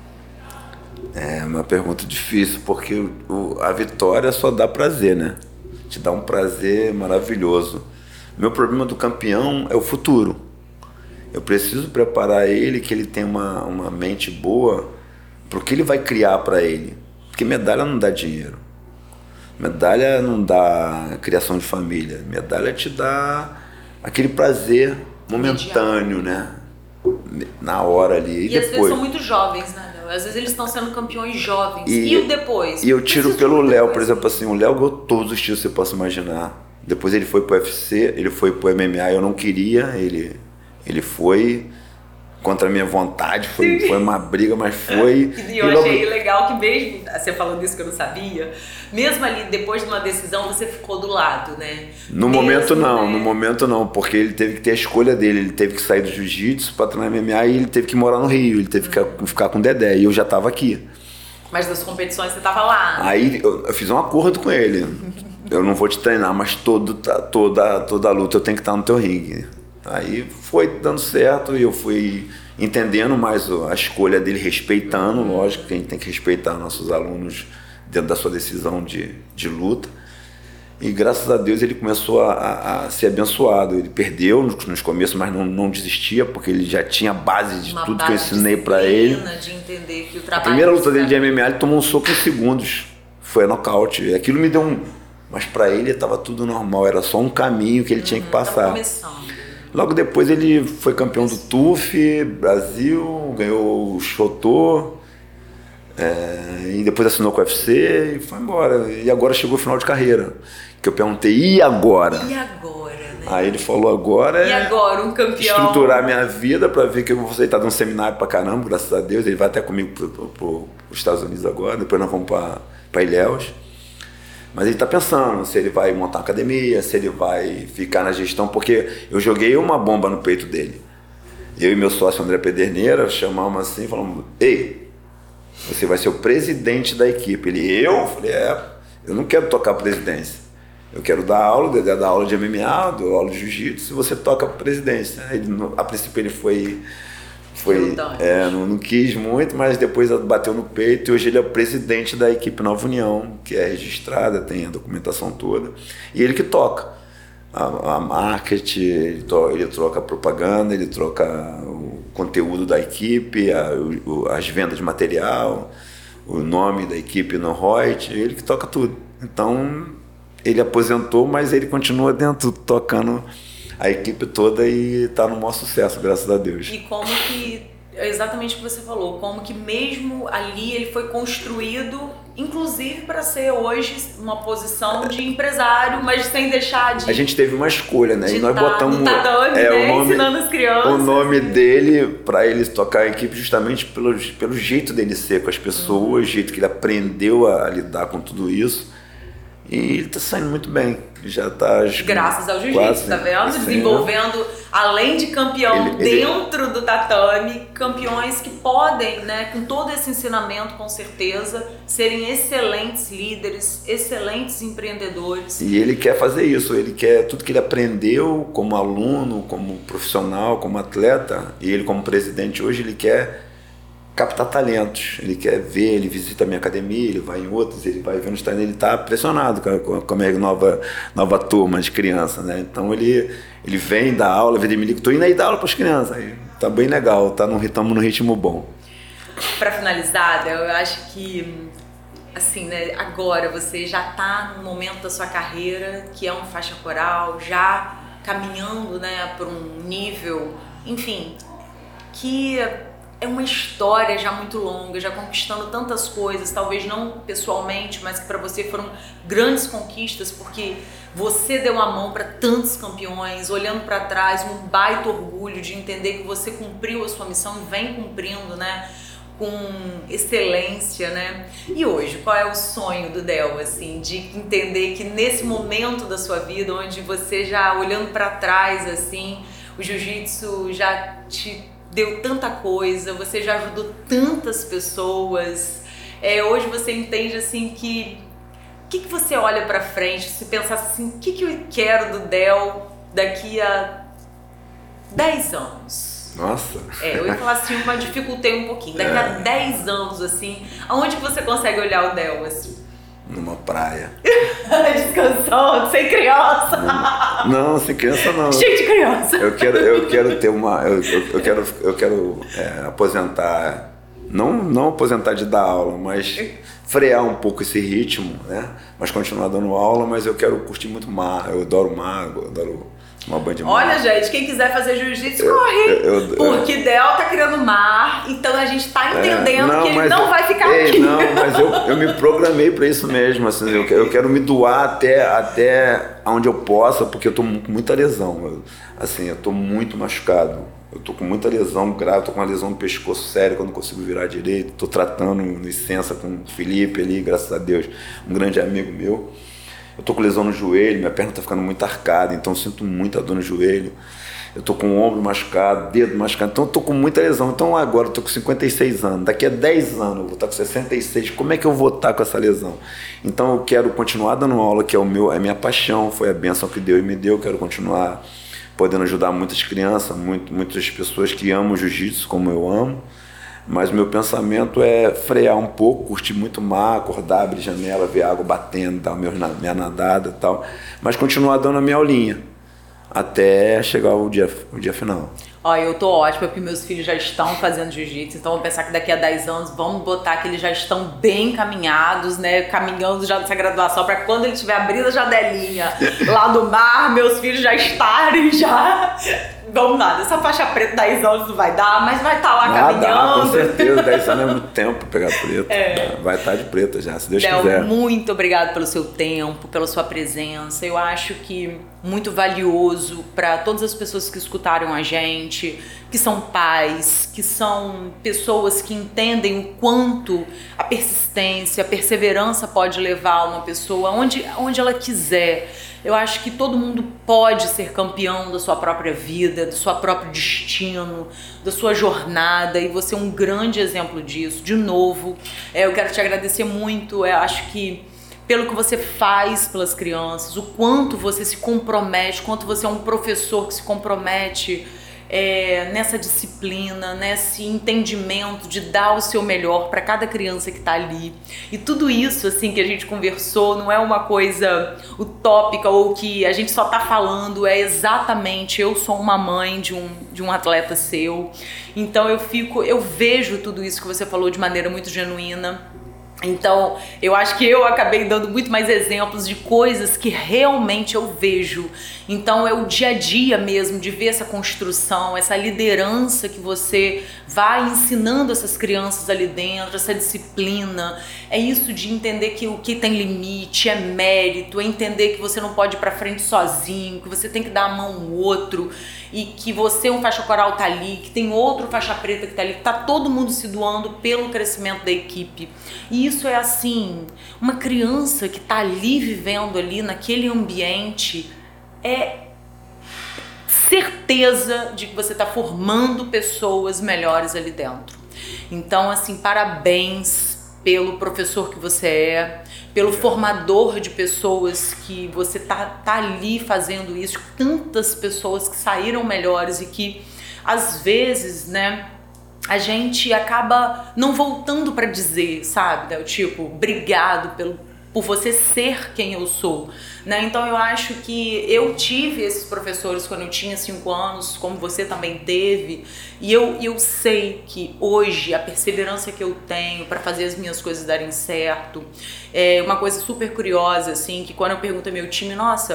É uma pergunta difícil, porque o, a vitória só dá prazer, né? Te dá um prazer maravilhoso. Meu problema do campeão é o futuro. Eu preciso preparar ele, que ele tenha uma, uma mente boa para o que ele vai criar para ele. Porque medalha não dá dinheiro. Medalha não dá criação de família. Medalha te dá aquele prazer momentâneo, né? Na hora ali. E, e depois... às vezes são muito jovens, né? Às vezes eles estão sendo campeões jovens. E, e o depois? E eu tiro pelo Léo, por exemplo, assim, o Léo ganhou todos os títulos que você possa imaginar. Depois ele foi pro U F C, ele foi pro M M A, eu não queria, ele, ele foi contra a minha vontade, foi, foi uma briga, mas foi. E eu e achei logo... legal que mesmo, você falando isso que eu não sabia, mesmo ali depois de uma decisão você ficou do lado, né? No mesmo, momento não, né? no momento não, porque ele teve que ter a escolha dele, ele teve que sair do jiu-jitsu pra treinar M M A e ele teve que morar no Rio, ele teve que uhum. ficar, ficar com o Dedé, e eu já tava aqui. Mas nas competições você tava lá. Aí eu, eu fiz um acordo com ele. Eu não vou te treinar, mas todo, toda, toda a luta eu tenho que estar no teu ringue. Aí foi dando certo e eu fui entendendo mais a escolha dele, respeitando, lógico que a gente tem que respeitar nossos alunos dentro da sua decisão de, de luta. E graças a Deus ele começou a, a, a ser abençoado. Ele perdeu nos, nos começos, mas não, não desistia, porque ele já tinha a base de Uma tudo base que eu ensinei para ele. De entender que o a primeira luta dele de M M A, ele tomou um soco em segundos. Foi a nocaute. Aquilo me deu um... Mas para ele estava tudo normal, era só um caminho que ele uhum, tinha que passar. Logo depois ele foi campeão do T U F, Brasil, ganhou o Shotô, é, e depois assinou com o U F C e foi embora. E agora chegou o final de carreira, que eu perguntei, e agora? E agora, né? Aí ele falou, agora e é agora, um campeão. estruturar minha vida para ver que eu vou sair, tá dando seminário pra caramba, graças a Deus. Ele vai até comigo pro, pro, pro, pros Estados Unidos agora, depois nós vamos para Ilhéus. Mas ele está pensando se ele vai montar uma academia, se ele vai ficar na gestão, porque eu joguei uma bomba no peito dele. Eu e meu sócio André Pederneira chamamos assim, falamos, ei, você vai ser o presidente da equipe. Ele, eu? Eu falei, é, eu não quero tocar a presidência. Eu quero dar aula, o Dedé dá aula de M M A, dou aula de jiu-jitsu, você toca a presidência. Ele, a princípio ele foi... Foi, é, não, não quis muito, mas depois bateu no peito e hoje ele é o presidente da equipe Nova União, que é registrada, tem a documentação toda, e ele que toca a, a marketing, ele, to, ele troca a propaganda, ele troca o conteúdo da equipe, a, o, as vendas de material, o nome da equipe no Reut, ele que toca tudo. Então ele aposentou, mas ele continua dentro, tocando a equipe toda e está no maior sucesso, graças a Deus. E como que, exatamente o que você falou, como que mesmo ali ele foi construído, inclusive para ser hoje uma posição de empresário, mas sem deixar de... A gente teve uma escolha, né? De e nós tá botamos no tatame, é, né? o nome, Ensinando as crianças. o nome dele para ele tocar a equipe justamente pelo, pelo jeito dele ser com as pessoas, o uhum. jeito que ele aprendeu a lidar com tudo isso. E ele está saindo muito bem. Já tá, graças ao jiu-jitsu, tá vendo? Assim, desenvolvendo, além de campeão ele, dentro ele... do tatame, campeões que podem, né, com todo esse ensinamento, com certeza, serem excelentes líderes, excelentes empreendedores. E ele quer fazer isso, ele quer tudo que ele aprendeu como aluno, como profissional, como atleta, e ele como presidente hoje, ele quer captar talentos, ele quer ver, ele visita a minha academia, ele vai em outros, ele vai vendo os talentos, ele está pressionado com a, com a minha nova, nova turma de crianças, né? Então ele, ele vem dar aula, vem de milico, estou indo aí dar aula para as crianças, aí tá bem legal, tá num, estamos num ritmo bom. Para finalizar, eu acho que assim, né, agora você já está no momento da sua carreira que é um faixa coral, já caminhando, né, para um nível, enfim, que é uma história já muito longa, já conquistando tantas coisas, talvez não pessoalmente, mas que para você foram grandes conquistas, porque você deu a mão para tantos campeões, olhando para trás, um baita orgulho de entender que você cumpriu a sua missão e vem cumprindo, né, com excelência, né? E hoje, qual é o sonho do Del, assim, de entender que nesse momento da sua vida, onde você já olhando para trás, assim, o jiu-jitsu já te deu tanta coisa, você já ajudou tantas pessoas, é, hoje você entende assim que o que, que você olha pra frente, se pensasse assim, o que, que eu quero do Del daqui a dez anos? Nossa! É, eu ia falar assim, mas dificultei um pouquinho, daqui é. a dez anos assim, aonde que você consegue olhar o Del assim? Numa praia. Descansando, sem criança. Não, sem criança não. Cheio de criança. Eu quero, eu quero ter uma. Eu, eu, eu quero, eu quero é, aposentar. Não, não aposentar de dar aula, mas frear um pouco esse ritmo, né? Mas continuar dando aula, mas eu quero curtir muito mar. Eu adoro mar, eu adoro uma banha de mar. Olha, gente, quem quiser fazer jiu-jitsu, corre! Eu, eu, porque eu, Del tá criando mar, então a gente tá entendendo é, não, que ele não vai ficar ei, aqui. Não, mas eu, eu me programei pra isso mesmo, assim, eu, eu quero me doar até, até onde eu possa, porque eu tô com muita lesão, eu, assim, eu tô muito machucado, eu tô com muita lesão grave, tô com uma lesão no pescoço séria que eu não consigo virar direito, tô tratando licença com o Felipe ali, graças a Deus, um grande amigo meu. Eu tô com lesão no joelho, minha perna tá ficando muito arcada, então eu sinto muita dor no joelho. Eu tô com o ombro machucado, dedo machucado, então eu tô com muita lesão. Então agora eu tô com cinquenta e seis anos, daqui a dez anos eu vou estar com sessenta e seis, como é que eu vou estar com essa lesão? Então eu quero continuar dando aula, que é o meu, é a minha paixão, foi a bênção que Deus me deu, eu quero continuar podendo ajudar muitas crianças, muito, muitas pessoas que amam jiu-jitsu como eu amo. Mas o meu pensamento é frear um pouco, curtir muito mar, acordar, abrir janela, ver água batendo, dar minha nadada e tal. Mas continuar dando a minha aulinha até chegar o dia, o dia final. Ó, eu tô ótima porque meus filhos já estão fazendo jiu-jitsu, então vamos pensar que daqui a dez anos vamos botar que eles já estão bem caminhados, né? Caminhando já nessa graduação, para quando ele estiver abrindo a janelinha lá no mar, meus filhos já estarem já... Vamos lá, essa faixa preta dez anos não vai dar, mas vai estar tá lá Nada, caminhando. Com certeza, dez anos é muito tempo pra pegar preta. É. Vai estar de preta já, se Deus Del, quiser. Muito obrigado pelo seu tempo, pela sua presença. Eu acho que muito valioso para todas as pessoas que escutaram a gente, que são pais, que são pessoas que entendem o quanto a persistência, a perseverança pode levar uma pessoa onde, onde ela quiser. Eu acho que todo mundo pode ser campeão da sua própria vida, do seu próprio destino, da sua jornada, e você é um grande exemplo disso. De novo, é, eu quero te agradecer muito. Eu acho que pelo que você faz pelas crianças, o quanto você se compromete, o quanto você é um professor que se compromete é, nessa disciplina, nesse entendimento de dar o seu melhor para cada criança que está ali. E tudo isso assim que a gente conversou não é uma coisa utópica ou que a gente só está falando, é exatamente, eu sou uma mãe de um, de um atleta seu, então eu fico, eu vejo tudo isso que você falou de maneira muito genuína. Então, eu acho que eu acabei dando muito mais exemplos de coisas que realmente eu vejo. Então, é o dia a dia mesmo de ver essa construção, essa liderança que você vai ensinando essas crianças ali dentro, essa disciplina. É isso de entender que o que tem limite é mérito, é entender que você não pode ir pra frente sozinho, que você tem que dar a mão ao outro e que você, um faixa coral, tá ali, que tem outro faixa preta que tá ali, que tá todo mundo se doando pelo crescimento da equipe. E isso é assim, uma criança que tá ali vivendo ali naquele ambiente, é certeza de que você tá formando pessoas melhores ali dentro. Então, assim, parabéns pelo professor que você é, pelo formador de pessoas que você tá, tá ali fazendo isso, tantas pessoas que saíram melhores e que às vezes, né, a gente acaba não voltando para dizer, sabe, né? Tipo, obrigado pelo, por você ser quem eu sou, né? Então eu acho que eu tive esses professores quando eu tinha cinco anos, como você também teve, e eu, eu sei que hoje a perseverança que eu tenho para fazer as minhas coisas darem certo é uma coisa super curiosa, assim, que quando eu pergunto ao meu time, nossa,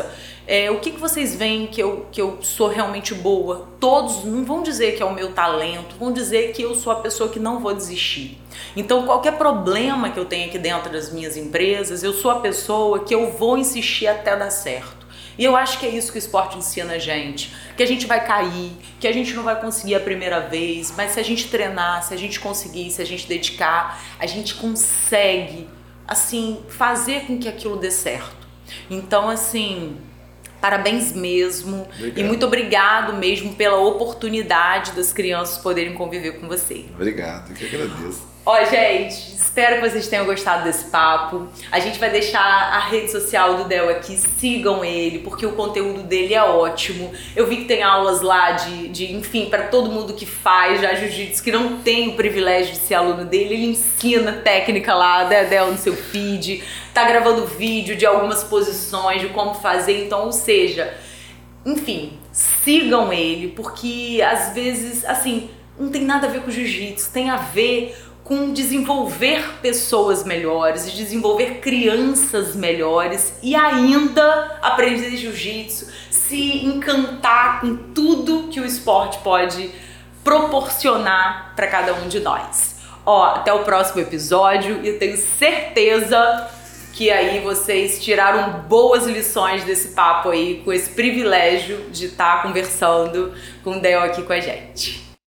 É, o que, que vocês veem que eu, que eu sou realmente boa? Todos não vão dizer que é o meu talento, vão dizer que eu sou a pessoa que não vou desistir. Então, qualquer problema que eu tenha aqui dentro das minhas empresas, eu sou a pessoa que eu vou insistir até dar certo. E eu acho que é isso que o esporte ensina a gente, que a gente vai cair, que a gente não vai conseguir a primeira vez, mas se a gente treinar, se a gente conseguir, se a gente dedicar, a gente consegue, assim, fazer com que aquilo dê certo. Então, assim, parabéns mesmo. Obrigado. E muito obrigado mesmo pela oportunidade das crianças poderem conviver com você. Obrigado, eu que agradeço. Ó, gente, espero que vocês tenham gostado desse papo. A gente vai deixar a rede social do Del aqui, sigam ele, porque o conteúdo dele é ótimo. Eu vi que tem aulas lá de, de enfim, para todo mundo que faz já jiu-jitsu, que não tem o privilégio de ser aluno dele, ele ensina técnica lá, né, Del, no seu feed, tá gravando vídeo de algumas posições, de como fazer, então, ou seja, enfim, sigam ele, porque às vezes, assim, não tem nada a ver com jiu-jitsu, tem a ver com desenvolver pessoas melhores, desenvolver crianças melhores e ainda aprender jiu-jitsu, se encantar com tudo que o esporte pode proporcionar para cada um de nós. Ó, até o próximo episódio e eu tenho certeza que aí vocês tiraram boas lições desse papo aí, com esse privilégio de estar conversando com o Del aqui com a gente.